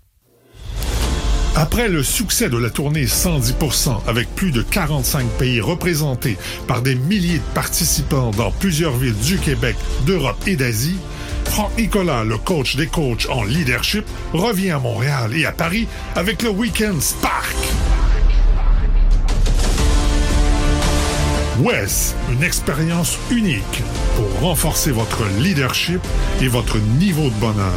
Après le succès de la tournée cent dix pour cent avec plus de quarante-cinq pays représentés par des milliers de participants dans plusieurs villes du Québec, d'Europe et d'Asie, Franck Nicolas, le coach des coachs en leadership, revient à Montréal et à Paris avec le Week-end Spark. W E S, une expérience unique pour renforcer votre leadership et votre niveau de bonheur.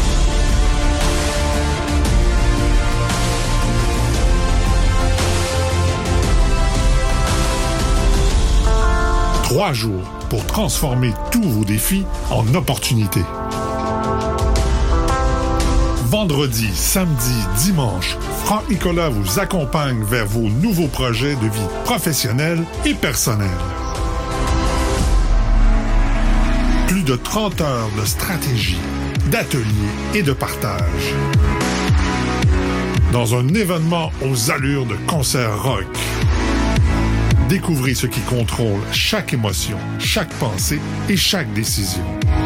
Trois jours pour transformer tous vos défis en opportunités. Vendredi, samedi, dimanche, Franck Nicolas vous accompagne vers vos nouveaux projets de vie professionnelle et personnelle. Plus de trente heures de stratégie, d'ateliers et de partage. Dans un événement aux allures de concert rock. Découvrez ce qui contrôle chaque émotion, chaque pensée et chaque décision.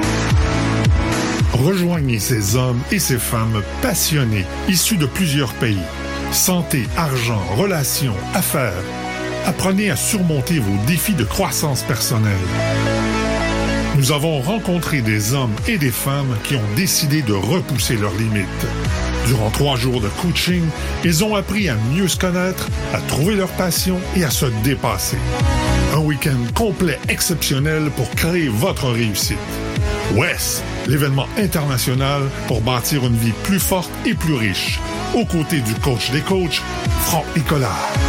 Rejoignez ces hommes et ces femmes passionnés, issus de plusieurs pays. Santé, argent, relations, affaires. Apprenez à surmonter vos défis de croissance personnelle. Nous avons rencontré des hommes et des femmes qui ont décidé de repousser leurs limites. Durant trois jours de coaching, ils ont appris à mieux se connaître, à trouver leur passion et à se dépasser. Un week-end complet exceptionnel pour créer votre réussite. W E S, l'événement international pour bâtir une vie plus forte et plus riche. Aux côtés du coach des coachs, Franck Nicolas.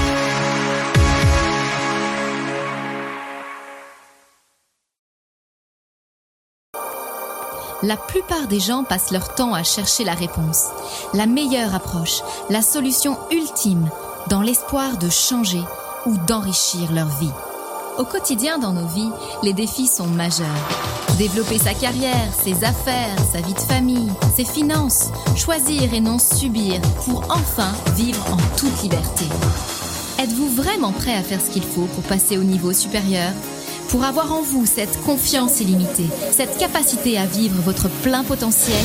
La plupart des gens passent leur temps à chercher la réponse, la meilleure approche, la solution ultime, dans l'espoir de changer ou d'enrichir leur vie. Au quotidien dans nos vies, les défis sont majeurs. Développer sa carrière, ses affaires, sa vie de famille, ses finances, choisir et non subir pour enfin vivre en toute liberté. Êtes-vous vraiment prêt à faire ce qu'il faut pour passer au niveau supérieur ? Pour avoir en vous cette confiance illimitée, cette capacité à vivre votre plein potentiel,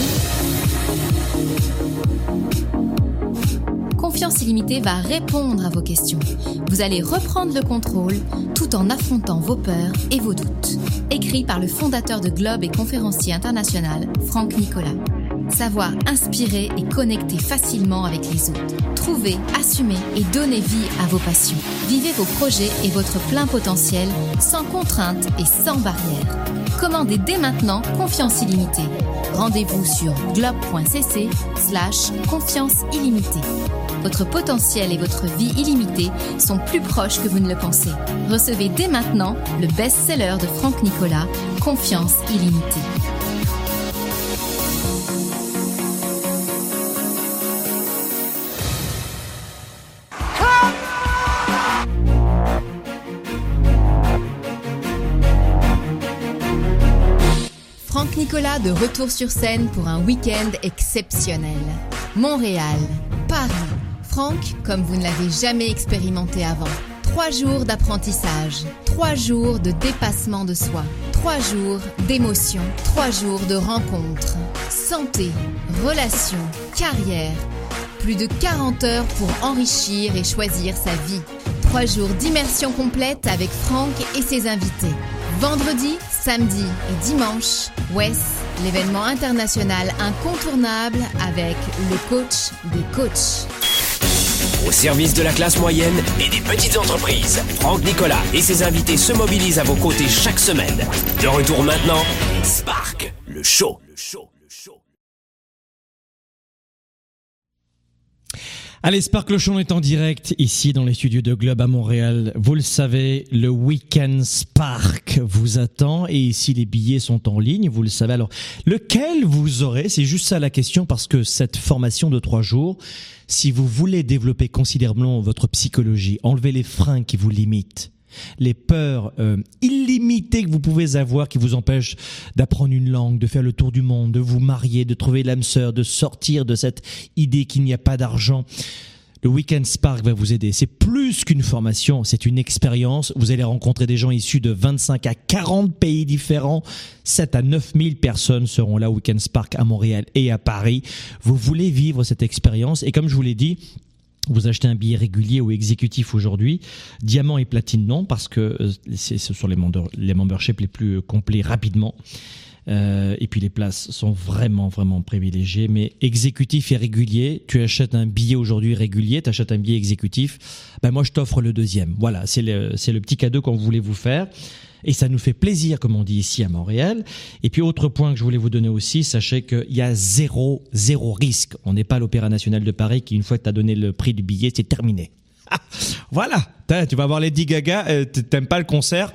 Confiance illimitée va répondre à vos questions. Vous allez reprendre le contrôle tout en affrontant vos peurs et vos doutes. Écrit par le fondateur de Globe et conférencier international, Franck Nicolas. Savoir inspirer et connecter facilement avec les autres. Trouver, assumer et donner vie à vos passions. Vivez vos projets et votre plein potentiel sans contraintes et sans barrières. Commandez dès maintenant Confiance illimitée. Rendez-vous sur globe.cc slash confiance illimitée. Votre potentiel et votre vie illimitée sont plus proches que vous ne le pensez. Recevez dès maintenant le best-seller de Franck Nicolas, Confiance illimitée. Nicolas de retour sur scène pour un week-end exceptionnel. Montréal, Paris, Franck comme vous ne l'avez jamais expérimenté avant. Trois jours d'apprentissage, trois jours de dépassement de soi, trois jours d'émotion, trois jours de rencontres. Santé, relations, carrière. Plus de quarante heures pour enrichir et choisir sa vie. Trois jours d'immersion complète avec Franck et ses invités. Vendredi, samedi et dimanche, Wes, l'événement international incontournable avec le coach des coachs. Au service de la classe moyenne et des petites entreprises, Franck Nicolas et ses invités se mobilisent à vos côtés chaque semaine. De retour maintenant, Spark, le show. Le show. Allez, Spark le show est en direct ici dans les studios de Globe à Montréal. Vous le savez, le Week-end Spark vous attend et ici les billets sont en ligne, vous le savez. Alors, lequel vous aurez? C'est juste ça la question parce que cette formation de trois jours, si vous voulez développer considérablement votre psychologie, enlever les freins qui vous limitent, les peurs euh, illimitées que vous pouvez avoir qui vous empêchent d'apprendre une langue, de faire le tour du monde, de vous marier, de trouver l'âme sœur, de sortir de cette idée qu'il n'y a pas d'argent. Le Week-end Spark va vous aider. C'est plus qu'une formation, c'est une expérience. Vous allez rencontrer des gens issus de vingt-cinq à quarante pays différents. sept à neuf mille personnes seront là au Week-end Spark à Montréal et à Paris. Vous voulez vivre cette expérience et comme je vous l'ai dit, vous achetez un billet régulier ou exécutif aujourd'hui, diamant et platine non, parce que c'est, ce sont les, member, les memberships les plus complets rapidement. Euh, et puis les places sont vraiment, vraiment privilégiées. Mais exécutif et régulier, tu achètes un billet aujourd'hui régulier, tu achètes un billet exécutif, ben moi je t'offre le deuxième. Voilà, c'est le, c'est le petit cadeau qu'on voulait vous faire. Et ça nous fait plaisir, comme on dit ici à Montréal. Et puis, autre point que je voulais vous donner aussi, sachez qu'il y a zéro, zéro risque. On n'est pas à l'Opéra National de Paris qui, une fois que tu as donné le prix du billet, c'est terminé. Ah, voilà, tu vas voir Lady Gaga, euh, t'aimes pas le concert,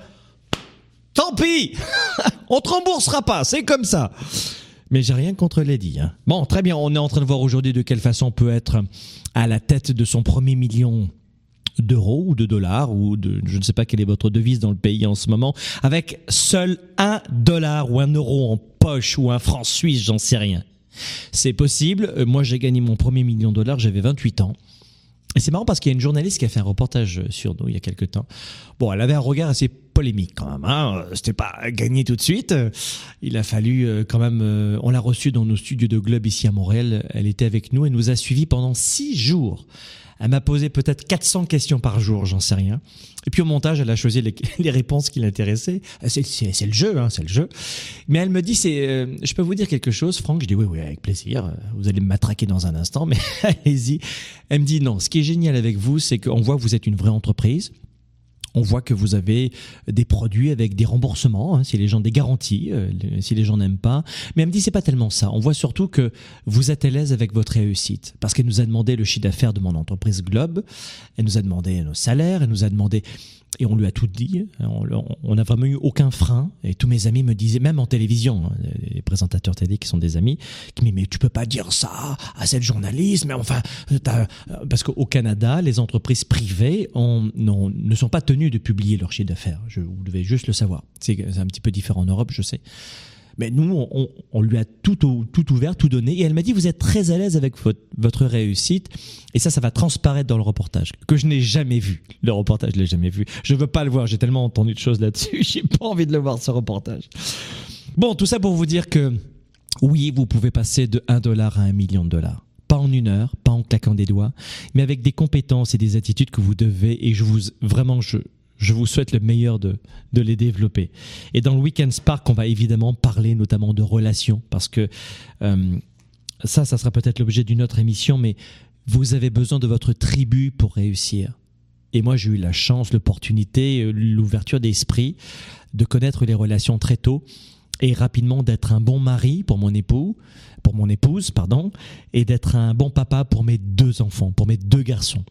tant pis. On te remboursera pas, c'est comme ça. Mais j'ai rien contre Lady. Hein. Bon, très bien, on est en train de voir aujourd'hui de quelle façon on peut être à la tête de son premier million d'euros ou de dollars ou de, je ne sais pas quelle est votre devise dans le pays en ce moment, avec seul un dollar ou un euro en poche ou un franc suisse, j'en sais rien. C'est possible. Moi, j'ai gagné mon premier million de dollars, j'avais vingt-huit ans. Et c'est marrant parce qu'il y a une journaliste qui a fait un reportage sur nous il y a quelque temps. Bon, elle avait un regard assez polémique quand même. Hein. C'était pas gagné tout de suite. Il a fallu quand même... On l'a reçue dans nos studios de Globe ici à Montréal. Elle était avec nous. Elle nous a suivis pendant six jours. Elle m'a posé peut-être quatre cents questions par jour, j'en sais rien. Et puis au montage, elle a choisi les, les réponses qui l'intéressaient. C'est, c'est, c'est le jeu, hein, c'est le jeu. Mais elle me dit, c'est, euh, je peux vous dire quelque chose, Franck? Je dis oui, oui, avec plaisir. Vous allez me matraquer dans un instant, mais allez-y. Elle me dit non. Ce qui est génial avec vous, c'est qu'on voit que vous êtes une vraie entreprise. On voit que vous avez des produits avec des remboursements, hein, si les gens des garanties, euh, si les gens n'aiment pas. Mais elle me dit c'est pas tellement ça. On voit surtout que vous êtes à l'aise avec votre réussite, parce qu'elle nous a demandé le chiffre d'affaires de mon entreprise Globe. Elle nous a demandé nos salaires. Elle nous a demandé et on lui a tout dit. On n'a vraiment eu aucun frein. Et tous mes amis me disaient, même en télévision, hein, les présentateurs télé qui sont des amis, qui me disent mais tu peux pas dire ça à cette journaliste. Mais enfin, t'as... parce qu'au Canada, les entreprises privées ont, non, ne sont pas tenues de publier leur chiffre d'affaires. Je, vous devez juste le savoir. C'est, c'est un petit peu différent en Europe, je sais. Mais nous, on, on lui a tout, tout ouvert, tout donné. Et elle m'a dit, vous êtes très à l'aise avec votre, votre réussite. Et ça, ça va transparaître dans le reportage, que je n'ai jamais vu. Le reportage, je l'ai jamais vu. Je veux pas le voir. J'ai tellement entendu de choses là-dessus. J'ai pas envie de le voir, ce reportage. Bon, tout ça pour vous dire que, oui, vous pouvez passer de un dollar à un million de dollars. Pas en une heure, pas en claquant des doigts, mais avec des compétences et des attitudes que vous devez, et je vous, vraiment, je, Je vous souhaite le meilleur de, de les développer. Et dans le Week-end Spark, on va évidemment parler notamment de relations, parce que euh, ça, ça sera peut-être l'objet d'une autre émission, mais vous avez besoin de votre tribu pour réussir. Et moi, j'ai eu la chance, l'opportunité, l'ouverture d'esprit de connaître les relations très tôt et rapidement d'être un bon mari pour mon époux, pour mon épouse, pardon, et d'être un bon papa pour mes deux enfants, pour mes deux garçons.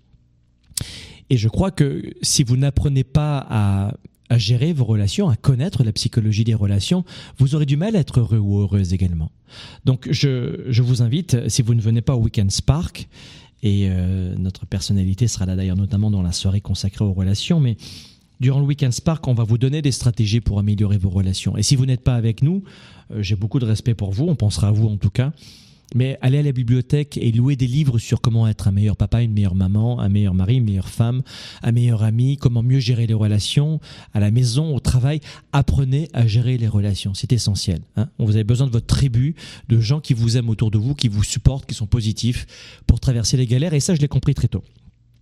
Et je crois que si vous n'apprenez pas à, à gérer vos relations, à connaître la psychologie des relations, vous aurez du mal à être heureux ou heureuse également. Donc, je, je vous invite, si vous ne venez pas au Week-end Spark, et euh, notre personnalité sera là d'ailleurs notamment dans la soirée consacrée aux relations, mais Durant le Week-end Spark, on va vous donner des stratégies pour améliorer vos relations. Et si vous n'êtes pas avec nous, euh, j'ai beaucoup de respect pour vous, on pensera à vous en tout cas. Mais allez à la bibliothèque et louez des livres sur comment être un meilleur papa, une meilleure maman, un meilleur mari, une meilleure femme, un meilleur ami, comment mieux gérer les relations à la maison, au travail. Apprenez à gérer les relations, c'est essentiel. Hein. Vous avez besoin de votre tribu, de gens qui vous aiment autour de vous, qui vous supportent, qui sont positifs pour traverser les galères. Et ça, je l'ai compris très tôt.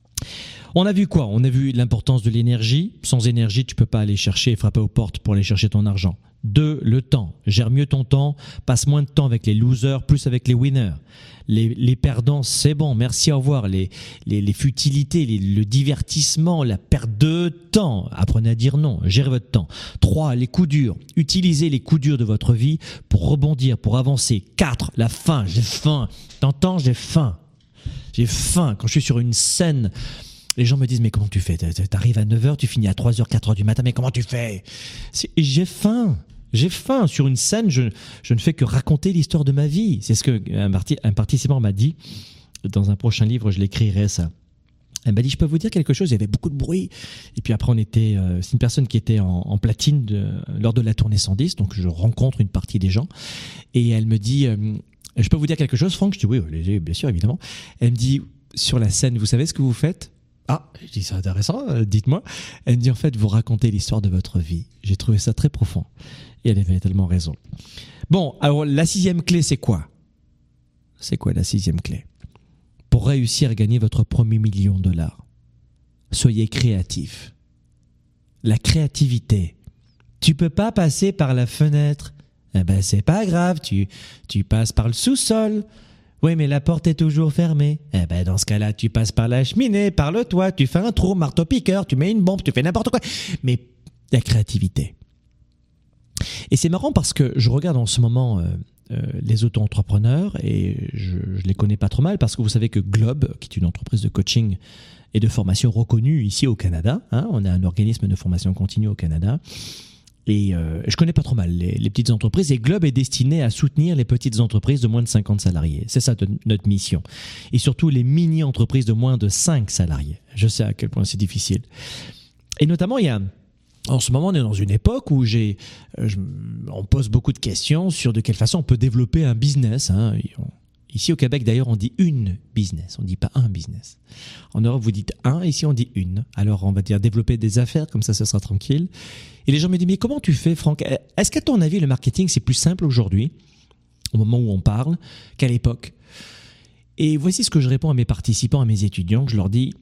On a vu quoi ? On a vu l'importance de l'énergie. Sans énergie, tu peux pas aller chercher et frapper aux portes pour aller chercher ton argent. Deux, le temps. Gère mieux ton temps. Passe moins de temps avec les losers, plus avec les winners. Les, les perdants, c'est bon. Merci, au revoir. Les, les, les futilités, les, le divertissement, la perte de temps. Apprenez à dire non. Gérez votre temps. Trois, les coups durs. Utilisez les coups durs de votre vie pour rebondir, pour avancer. Quatre, la faim. J'ai faim. T'entends ? J'ai faim. J'ai faim. Quand je suis sur une scène, les gens me disent, mais comment tu fais ? T'arrives à neuf heures, tu finis à trois heures, quatre heures du matin, mais comment tu fais ? J'ai faim. J'ai faim. Sur une scène, je, je ne fais que raconter l'histoire de ma vie. C'est ce qu'un parti, un participant m'a dit. Dans un prochain livre, je l'écrirai, ça. Elle m'a dit, je peux vous dire quelque chose, il y avait beaucoup de bruit. Et puis après, on était, euh, c'est une personne qui était en, en platine de, lors de la tournée cent dix, donc je rencontre une partie des gens. Et elle me dit, euh, je peux vous dire quelque chose, Franck ? Je dis, oui, bien sûr, évidemment. Elle me dit, sur la scène, vous savez ce que vous faites ? Ah, je dis, c'est intéressant, euh, dites-moi. Elle me dit, en fait, vous racontez l'histoire de votre vie. J'ai trouvé ça très profond. Et elle avait tellement raison. Bon, alors la sixième clé, c'est quoi ? C'est quoi la sixième clé ? Pour réussir à gagner votre premier million de dollars, soyez créatif. La créativité. Tu peux pas passer par la fenêtre. Eh ben, c'est pas grave, tu, tu passes par le sous-sol. Oui, mais la porte est toujours fermée. Eh ben, dans ce cas-là, tu passes par la cheminée, par le toit, tu fais un trou, marteau-piqueur, tu mets une bombe, tu fais n'importe quoi. Mais la créativité. Et c'est marrant parce que je regarde en ce moment euh, euh, les auto-entrepreneurs et je, je les connais pas trop mal parce que vous savez que Globe, qui est une entreprise de coaching et de formation reconnue ici au Canada, hein, on a un organisme de formation continue au Canada, et euh, je connais pas trop mal les, les petites entreprises, et Globe est destiné à soutenir les petites entreprises de moins de cinquante salariés. C'est ça de, notre mission. Et surtout les mini-entreprises de moins de cinq salariés. Je sais à quel point c'est difficile. Et notamment, il y a... En ce moment, on est dans une époque où j'ai, je, on pose beaucoup de questions sur de quelle façon on peut développer un business. Hein. Ici au Québec, d'ailleurs, on dit une business, on ne dit pas un business. En Europe, vous dites un, ici on dit une. Alors, on va dire développer des affaires, comme ça, ça sera tranquille. Et les gens me disent, mais comment tu fais, Franck ? Est-ce qu'à ton avis, le marketing, c'est plus simple aujourd'hui, au moment où on parle, qu'à l'époque ? Et voici ce que je réponds à mes participants, à mes étudiants. Je leur dis...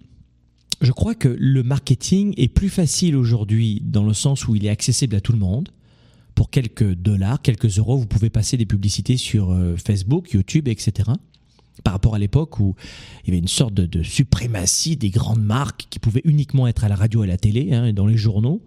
Je crois que le marketing est plus facile aujourd'hui dans le sens où il est accessible à tout le monde. Pour quelques dollars, quelques euros, vous pouvez passer des publicités sur Facebook, YouTube, et cetera. Par rapport à l'époque où il y avait une sorte de, de suprématie des grandes marques qui pouvaient uniquement être à la radio, à la télé, hein, et dans les journaux.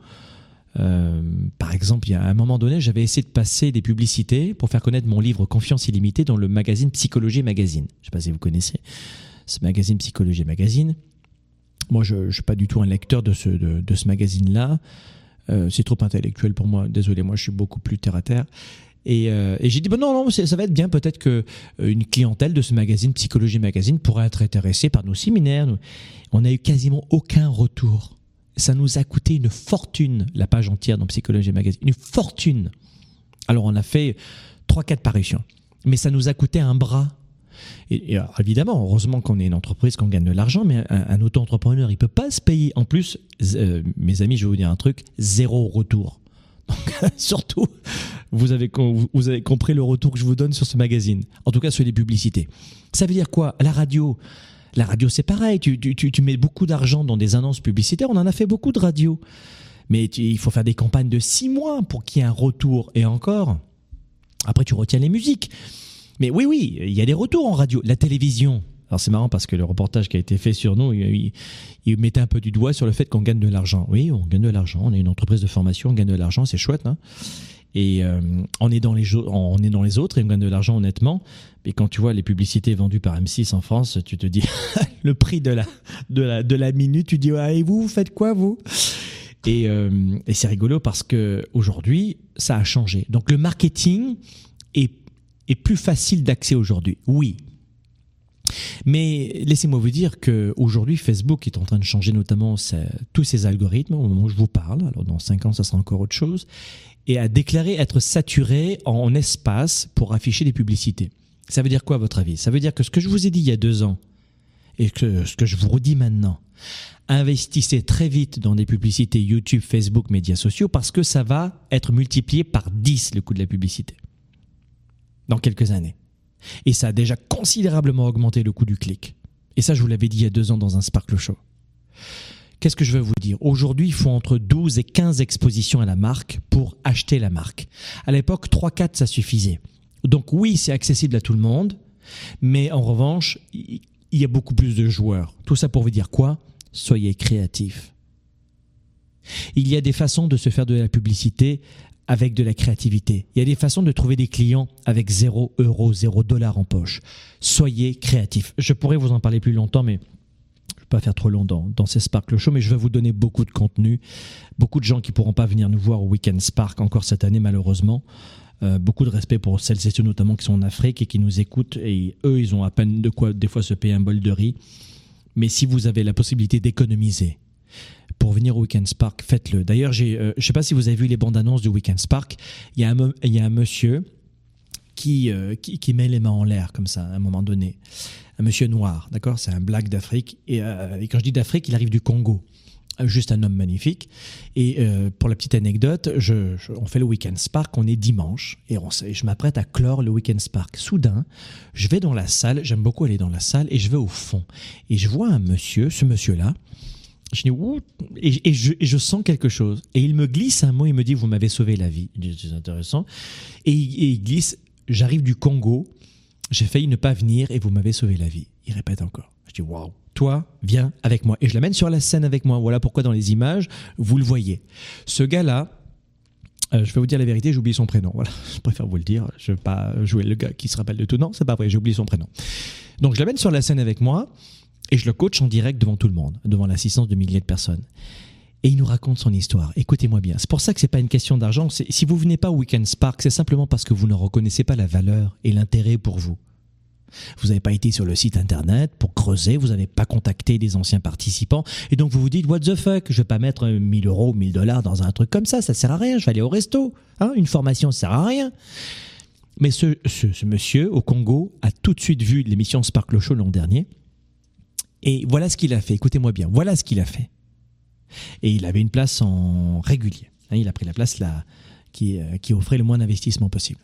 Euh, par exemple, il y a un moment donné, j'avais essayé de passer des publicités pour faire connaître mon livre Confiance illimitée dans le magazine Psychologie Magazine. Je ne sais pas si vous connaissez ce magazine Psychologie Magazine. Moi, je ne suis pas du tout un lecteur de ce, de, de ce magazine-là. Euh, c'est trop intellectuel pour moi. Désolé, moi, je suis beaucoup plus terre-à-terre. Et, euh, et j'ai dit, bon, non, non, ça va être bien. Peut-être qu'une clientèle de ce magazine, Psychologie Magazine, pourrait être intéressée par nos séminaires. On n'a eu quasiment aucun retour. Ça nous a coûté une fortune, la page entière dans Psychologie Magazine. Une fortune. Alors, on a fait trois quatre parutions. Mais ça nous a coûté un bras. Et, et alors, évidemment, heureusement qu'on est une entreprise, qu'on gagne de l'argent, mais un, un auto-entrepreneur, il peut pas se payer. En plus, euh, mes amis, je vais vous dire un truc, zéro retour. Donc, surtout, vous avez, vous avez compris le retour que je vous donne sur ce magazine. En tout cas, sur les publicités. Ça veut dire quoi ? La radio. La radio, c'est pareil. Tu, tu, tu, tu mets beaucoup d'argent dans des annonces publicitaires. On en a fait beaucoup de radio. Mais tu, il faut faire des campagnes de six mois pour qu'il y ait un retour. Et encore, après, tu retiens les musiques. Mais oui, oui, il y a des retours en radio. La télévision, alors c'est marrant parce que le reportage qui a été fait sur nous, il, il mettait un peu du doigt sur le fait qu'on gagne de l'argent. Oui, on gagne de l'argent, on est une entreprise de formation, on gagne de l'argent, c'est chouette. Hein, et euh, on, est dans les, on est dans les autres et on gagne de l'argent honnêtement. Mais quand tu vois les publicités vendues par M six en France, tu te dis, le prix de la, de la, de la minute, tu dis, ah, et vous, vous faites quoi vous ? Et, euh, et c'est rigolo parce qu'aujourd'hui, ça a changé. Donc le marketing est est plus facile d'accès aujourd'hui, oui. Mais laissez-moi vous dire qu'aujourd'hui, Facebook est en train de changer notamment sa, tous ses algorithmes au moment où je vous parle. Alors dans cinq ans, ça sera encore autre chose. Et a déclaré être saturé en espace pour afficher des publicités. Ça veut dire quoi à votre avis? Ça veut dire que ce que je vous ai dit il y a deux ans et que ce que je vous redis maintenant, investissez très vite dans des publicités YouTube, Facebook, médias sociaux parce que ça va être multiplié par dix le coût de la publicité dans quelques années. Et ça a déjà considérablement augmenté le coût du clic. Et ça, je vous l'avais dit il y a deux ans dans un Sparkle Show. Qu'est-ce que je veux vous dire? Aujourd'hui, il faut entre douze et quinze expositions à la marque pour acheter la marque. À l'époque, trois quatre, ça suffisait. Donc oui, c'est accessible à tout le monde, mais en revanche, il y a beaucoup plus de joueurs. Tout ça pour vous dire quoi? Soyez créatifs. Il y a des façons de se faire de la publicité avec de la créativité. Il y a des façons de trouver des clients avec zéro euro, zéro dollar en poche. Soyez créatifs. Je pourrais vous en parler plus longtemps, mais je ne vais pas faire trop long dans, dans ces Sparkle Show, mais je vais vous donner beaucoup de contenu. Beaucoup de gens qui ne pourront pas venir nous voir au Weekend Spark encore cette année, malheureusement. Euh, beaucoup de respect pour celles et ceux notamment qui sont en Afrique et qui nous écoutent. Et eux, ils ont à peine de quoi des fois se payer un bol de riz. Mais si vous avez la possibilité d'économiser pour venir au Weekend Spark, faites-le. D'ailleurs, j'ai, euh, je ne sais pas si vous avez vu les bandes annonces du Weekend Spark. Il y a un, il y a un monsieur qui, euh, qui, qui met les mains en l'air comme ça à un moment donné. Un monsieur noir, d'accord? C'est un black d'Afrique. Et, euh, et quand je dis d'Afrique, il arrive du Congo. Juste un homme magnifique. Et euh, pour la petite anecdote, je, je, on fait le Weekend Spark, on est dimanche, et, on, et je m'apprête à clore le Weekend Spark. Soudain, je vais dans la salle, j'aime beaucoup aller dans la salle, et je vais au fond. Et je vois un monsieur, ce monsieur-là, je dis, ouh, et, et, je, et je sens quelque chose. Et il me glisse un mot, il me dit, vous m'avez sauvé la vie. C'est intéressant. Et, et il glisse, j'arrive du Congo, j'ai failli ne pas venir, et vous m'avez sauvé la vie. Il répète encore. Je dis, waouh. Toi, viens avec moi. Et je l'amène sur la scène avec moi. Voilà pourquoi dans les images, vous le voyez. Ce gars-là, euh, je vais vous dire la vérité, j'ai oublié son prénom. Voilà, je préfère vous le dire. Je ne vais pas jouer le gars qui se rappelle de tout. Non, c'est pas vrai, j'ai oublié son prénom. Donc je l'amène sur la scène avec moi et je le coach en direct devant tout le monde, devant l'assistance de milliers de personnes. Et il nous raconte son histoire. Écoutez-moi bien. C'est pour ça que c'est pas une question d'argent. C'est, si vous venez pas au Weekend Spark, c'est simplement parce que vous ne reconnaissez pas la valeur et l'intérêt pour vous. Vous n'avez pas été sur le site internet pour creuser, vous n'avez pas contacté des anciens participants et donc vous vous dites what the fuck, je vais pas mettre mille euros, mille dollars dans un truc comme ça, ça sert à rien, je vais aller au resto, hein, une formation ça sert à rien. Mais ce, ce, ce monsieur au Congo a tout de suite vu l'émission Sparkle Show l'an dernier et voilà ce qu'il a fait, écoutez-moi bien, voilà ce qu'il a fait. Et il avait une place en régulier, hein, il a pris la place là qui, qui offrait le moins d'investissement possible.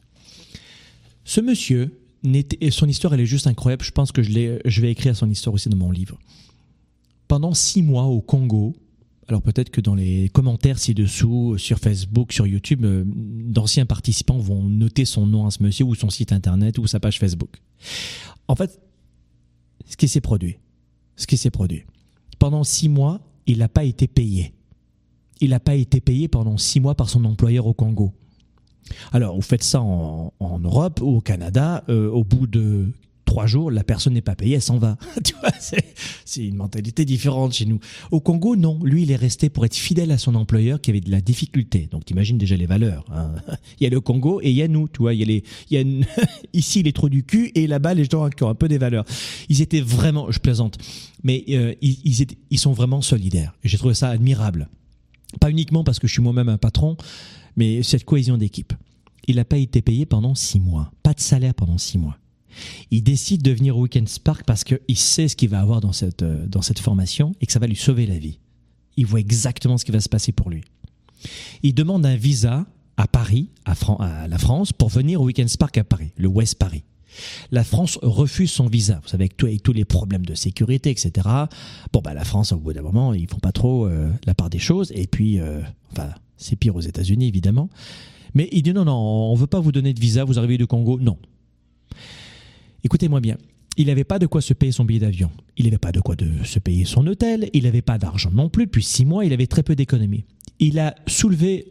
Ce monsieur, et son histoire, elle est juste incroyable. Je pense que je, l'ai, je vais écrire son histoire aussi dans mon livre. Pendant six mois au Congo, alors peut-être que dans les commentaires ci-dessous, sur Facebook, sur YouTube, euh, d'anciens participants vont noter son nom à ce monsieur ou son site internet ou sa page Facebook. En fait, ce qui s'est produit, ce qui s'est produit, pendant six mois, il n'a pas été payé. Il n'a pas été payé pendant six mois par son employeur au Congo. Alors, vous faites ça en, en Europe ou au Canada, euh, au bout de trois jours, la personne n'est pas payée, elle s'en va. Tu vois, c'est, c'est une mentalité différente chez nous. Au Congo, non. Lui, il est resté pour être fidèle à son employeur qui avait de la difficulté. Donc, t'imagines déjà les valeurs. Hein. Il y a le Congo et il y a nous, tu vois. Il y a les, il y a une, ici les trous du cul et là-bas les gens qui ont un peu des valeurs. Ils étaient vraiment, je plaisante, mais euh, ils, ils, étaient, ils sont vraiment solidaires. Et j'ai trouvé ça admirable. Pas uniquement parce que je suis moi-même un patron, mais cette cohésion d'équipe. Il n'a pas été payé pendant six mois. Pas de salaire pendant six mois. Il décide de venir au Weekend Spark parce qu'il sait ce qu'il va avoir dans cette, euh, dans cette formation et que ça va lui sauver la vie. Il voit exactement ce qui va se passer pour lui. Il demande un visa à Paris, à, Fran- à la France, pour venir au Weekend Spark à Paris, le West Paris. La France refuse son visa. Vous savez, avec, tout, avec tous les problèmes de sécurité, et cetera. Bon, bah, la France, au bout d'un moment, ils font pas trop euh, la part des choses. Et puis, euh, enfin, c'est pire aux États-Unis, évidemment. Mais il dit non, non, on ne veut pas vous donner de visa, vous arrivez du Congo. Non. Écoutez-moi bien. Il n'avait pas de quoi se payer son billet d'avion. Il n'avait pas de quoi de se payer son hôtel. Il n'avait pas d'argent non plus. Depuis six mois, il avait très peu d'économies. Il a soulevé,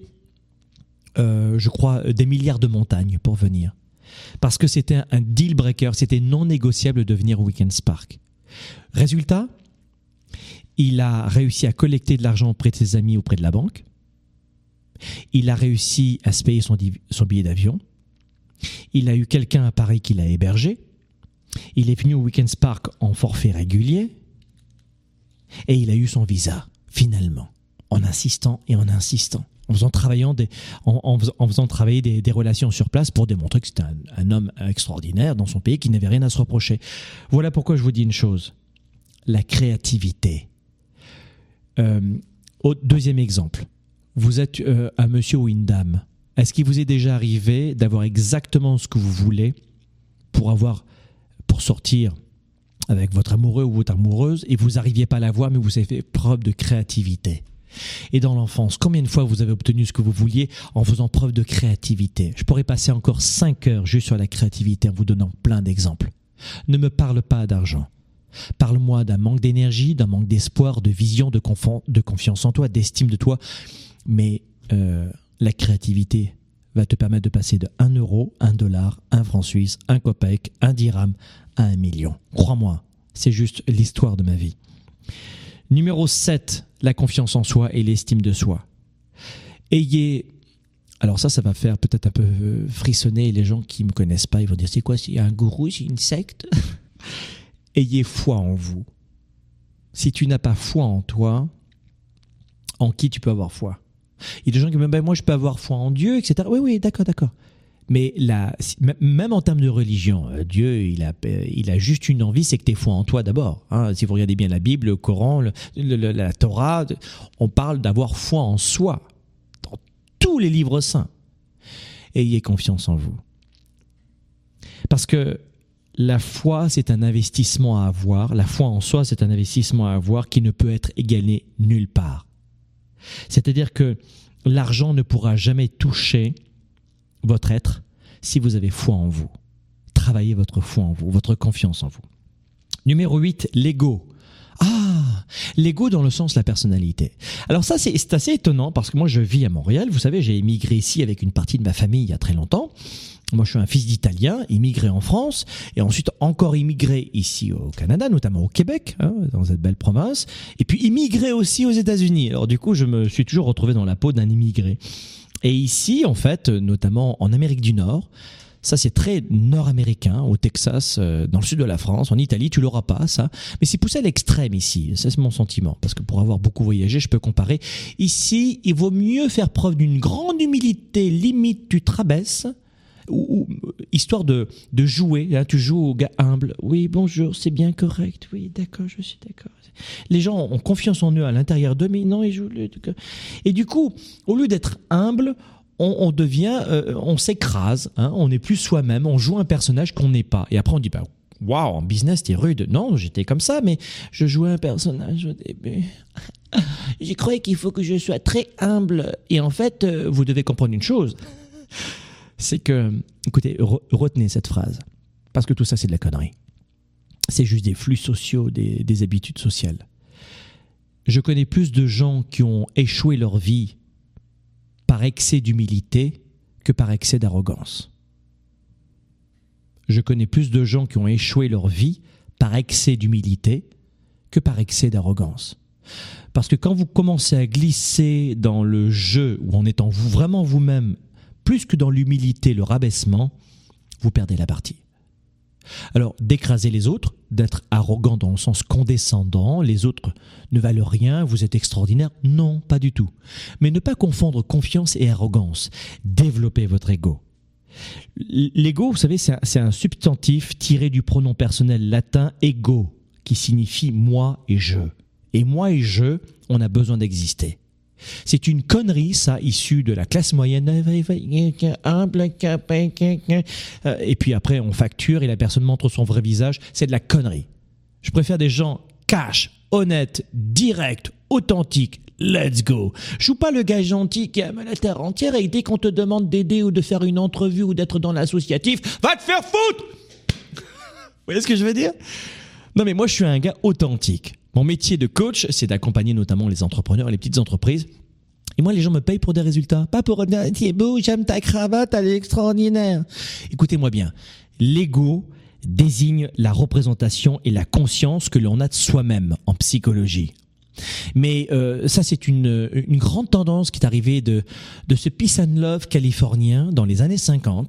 euh, je crois, des milliards de montagnes pour venir. Parce que c'était un, un deal breaker. C'était non négociable de venir au Weekend Spark. Résultat, il a réussi à collecter de l'argent auprès de ses amis, auprès de la banque. Il a réussi à se payer son, son billet d'avion. Il a eu quelqu'un à Paris qui l'a hébergé. Il est venu au Weekend Spark en forfait régulier et il a eu son visa, finalement, en insistant et en insistant, en faisant, travaillant des, en, en, faisant, en faisant travailler des, des relations sur place pour démontrer que c'était un, un homme extraordinaire dans son pays qui n'avait rien à se reprocher. Voilà pourquoi je vous dis une chose, la créativité. Euh, au deuxième exemple, vous êtes euh, à Monsieur Wyndham. Est-ce qu'il vous est déjà arrivé d'avoir exactement ce que vous voulez pour avoir, pour sortir avec votre amoureux ou votre amoureuse et vous n'arriviez pas à la voir, mais vous avez fait preuve de créativité? Et dans l'enfance, combien de fois vous avez obtenu ce que vous vouliez en faisant preuve de créativité? Je pourrais passer encore cinq heures juste sur la créativité en vous donnant plein d'exemples. Ne me parle pas d'argent. Parle-moi d'un manque d'énergie, d'un manque d'espoir, de vision, de, conf- de confiance en toi, d'estime de toi. Mais euh, la créativité va te permettre de passer de un euro, un dollar, un franc suisse, un copec, un dirham à un million. Crois-moi, c'est juste l'histoire de ma vie. Numéro sept, la confiance en soi et l'estime de soi. Ayez, alors ça, ça va faire peut-être un peu frissonner les gens qui ne me connaissent pas. Ils vont dire, c'est quoi, c'est un gourou, c'est une secte? Ayez foi en vous. Si tu n'as pas foi en toi, en qui tu peux avoir foi? Il y a des gens qui me disent, ben moi je peux avoir foi en Dieu, et cetera. Oui, oui, d'accord, d'accord. Mais là, même en termes de religion, Dieu, il a, il a juste une envie, c'est que tu aies foi en toi d'abord. Hein, si vous regardez bien la Bible, le Coran, le, le, la Torah, on parle d'avoir foi en soi, dans tous les livres saints. Ayez confiance en vous. Parce que la foi, c'est un investissement à avoir. La foi en soi, c'est un investissement à avoir qui ne peut être égalé nulle part. C'est-à-dire que l'argent ne pourra jamais toucher votre être si vous avez foi en vous. Travaillez votre foi en vous, votre confiance en vous. Numéro huit, l'ego. Ah, l'ego dans le sens de la personnalité. Alors ça, c'est, c'est assez étonnant parce que moi, je vis à Montréal. Vous savez, j'ai émigré ici avec une partie de ma famille il y a très longtemps. Moi, je suis un fils d'Italien, immigré en France et ensuite encore immigré ici au Canada, notamment au Québec, hein, dans cette belle province, et puis immigré aussi aux États-Unis. Alors du coup, je me suis toujours retrouvé dans la peau d'un immigré. Et ici, en fait, notamment en Amérique du Nord, ça c'est très nord-américain, au Texas, dans le sud de la France, en Italie, tu l'auras pas, ça. Mais c'est poussé à l'extrême ici, ça c'est mon sentiment, parce que pour avoir beaucoup voyagé, je peux comparer. Ici, il vaut mieux faire preuve d'une grande humilité, limite tu te rabaisses, ou, ou histoire de, de jouer, hein, tu joues au gars humble. Oui, bonjour, c'est bien correct. Oui, d'accord, je suis d'accord. Les gens ont confiance en eux à l'intérieur d'eux, mais non, ils jouent. Le... Et du coup, au lieu d'être humble, on, on devient, euh, on s'écrase, hein, on n'est plus soi-même, on joue un personnage qu'on n'est pas. Et après, on dit, bah, waouh, en business, t'es rude. Non, j'étais comme ça, mais je jouais un personnage au début. J'ai cru qu'il faut que je sois très humble. Et en fait, euh, vous devez comprendre une chose. C'est que, écoutez, re- retenez cette phrase, parce que tout ça, c'est de la connerie. C'est juste des flux sociaux, des, des habitudes sociales. Je connais plus de gens qui ont échoué leur vie par excès d'humilité que par excès d'arrogance. Je connais plus de gens qui ont échoué leur vie par excès d'humilité que par excès d'arrogance. Parce que quand vous commencez à glisser dans le jeu, ou en étant vous, vraiment vous-même, plus que dans l'humilité, le rabaissement, vous perdez la partie. Alors, d'écraser les autres, d'être arrogant dans le sens condescendant, les autres ne valent rien, vous êtes extraordinaire, non, pas du tout. Mais ne pas confondre confiance et arrogance. Développez votre ego. L'ego, vous savez, c'est un, c'est un substantif tiré du pronom personnel latin ego, qui signifie moi et je. Et moi et je, on a besoin d'exister. C'est une connerie, ça, issue de la classe moyenne. Et puis après, on facture et la personne montre son vrai visage. C'est de la connerie. Je préfère des gens cash, honnêtes, directs, authentiques. Let's go. Je joue pas le gars gentil qui aime la terre entière et dès qu'on te demande d'aider ou de faire une entrevue ou d'être dans l'associatif, va te faire foutre. Vous voyez ce que je veux dire? Non, mais moi, je suis un gars authentique. Mon métier de coach, c'est d'accompagner notamment les entrepreneurs et les petites entreprises. Et moi, les gens me payent pour des résultats. Pas pour dire, t'es beau, j'aime ta cravate, elle est extraordinaire. Écoutez-moi bien. L'ego désigne la représentation et la conscience que l'on a de soi-même en psychologie. Mais euh, ça, c'est une, une grande tendance qui est arrivée de, de ce peace and love californien dans les années cinquante.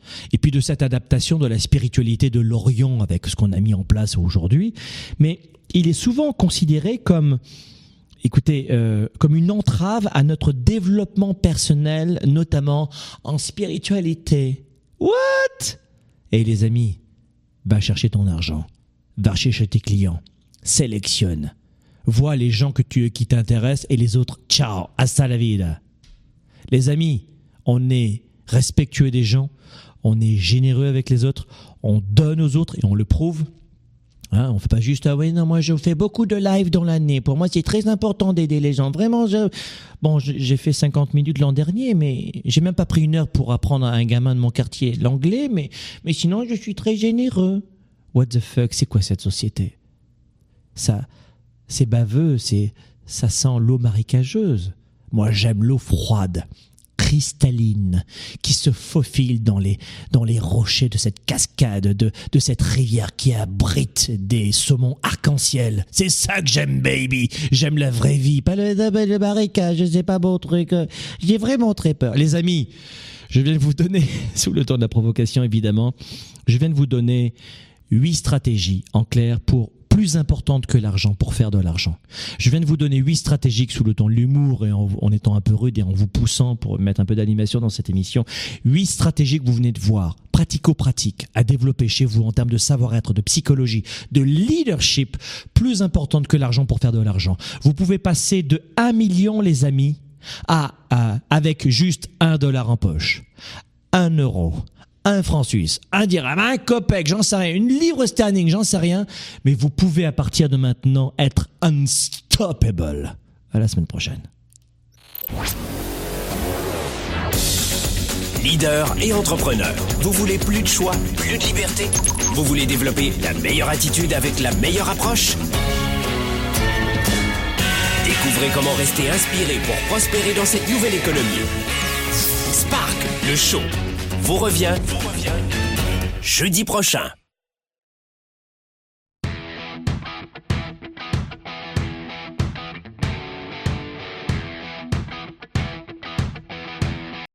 et puis de cette adaptation de la spiritualité de l'Orient avec ce qu'on a mis en place aujourd'hui. Mais il est souvent considéré comme, écoutez, euh, comme une entrave à notre développement personnel, notamment en spiritualité. What? Et les amis, va chercher ton argent, va chercher tes clients, sélectionne, vois les gens que tu, qui t'intéressent et les autres, ciao, hasta la vida. Les amis, on est respectueux des gens, on est généreux avec les autres, on donne aux autres et on le prouve. Hein, on ne fait pas juste « Ah oui, non, moi je fais beaucoup de live dans l'année. Pour moi, c'est très important d'aider les gens. Vraiment, je... bon, j'ai fait cinquante minutes l'an dernier, mais j'ai même pas pris une heure pour apprendre à un gamin de mon quartier l'anglais, mais, mais sinon, je suis très généreux. » What the fuck, c'est quoi cette société? Ça, c'est baveux, c'est, ça sent l'eau marécageuse. Moi, j'aime l'eau froide, cristalline, qui se faufile dans les, dans les rochers de cette cascade, de, de cette rivière qui abrite des saumons arc-en-ciel. C'est ça que j'aime, baby. J'aime la vraie vie, pas le, le, le marécage, je sais pas bon truc. J'ai vraiment très peur. Les amis, je viens de vous donner, sous le ton de la provocation évidemment, je viens de vous donner huit stratégies en clair pour plus importante que l'argent pour faire de l'argent. Je viens de vous donner huit stratégies sous le ton de l'humour et en, en étant un peu rude et en vous poussant pour mettre un peu d'animation dans cette émission. Huit stratégies que vous venez de voir, pratico-pratiques, à développer chez vous en termes de savoir-être, de psychologie, de leadership, plus importantes que l'argent pour faire de l'argent. Vous pouvez passer de un million, les amis, à, à avec juste un dollar en poche. Un euro. Un franc suisse, un dirham, un copec, j'en sais rien, une livre sterling, j'en sais rien, mais vous pouvez à partir de maintenant être unstoppable. À la semaine prochaine. Leader et entrepreneur, vous voulez plus de choix, plus de liberté? Vous voulez développer la meilleure attitude avec la meilleure approche? Découvrez comment rester inspiré pour prospérer dans cette nouvelle économie. Spark, le show, vous revient, vous revient jeudi prochain.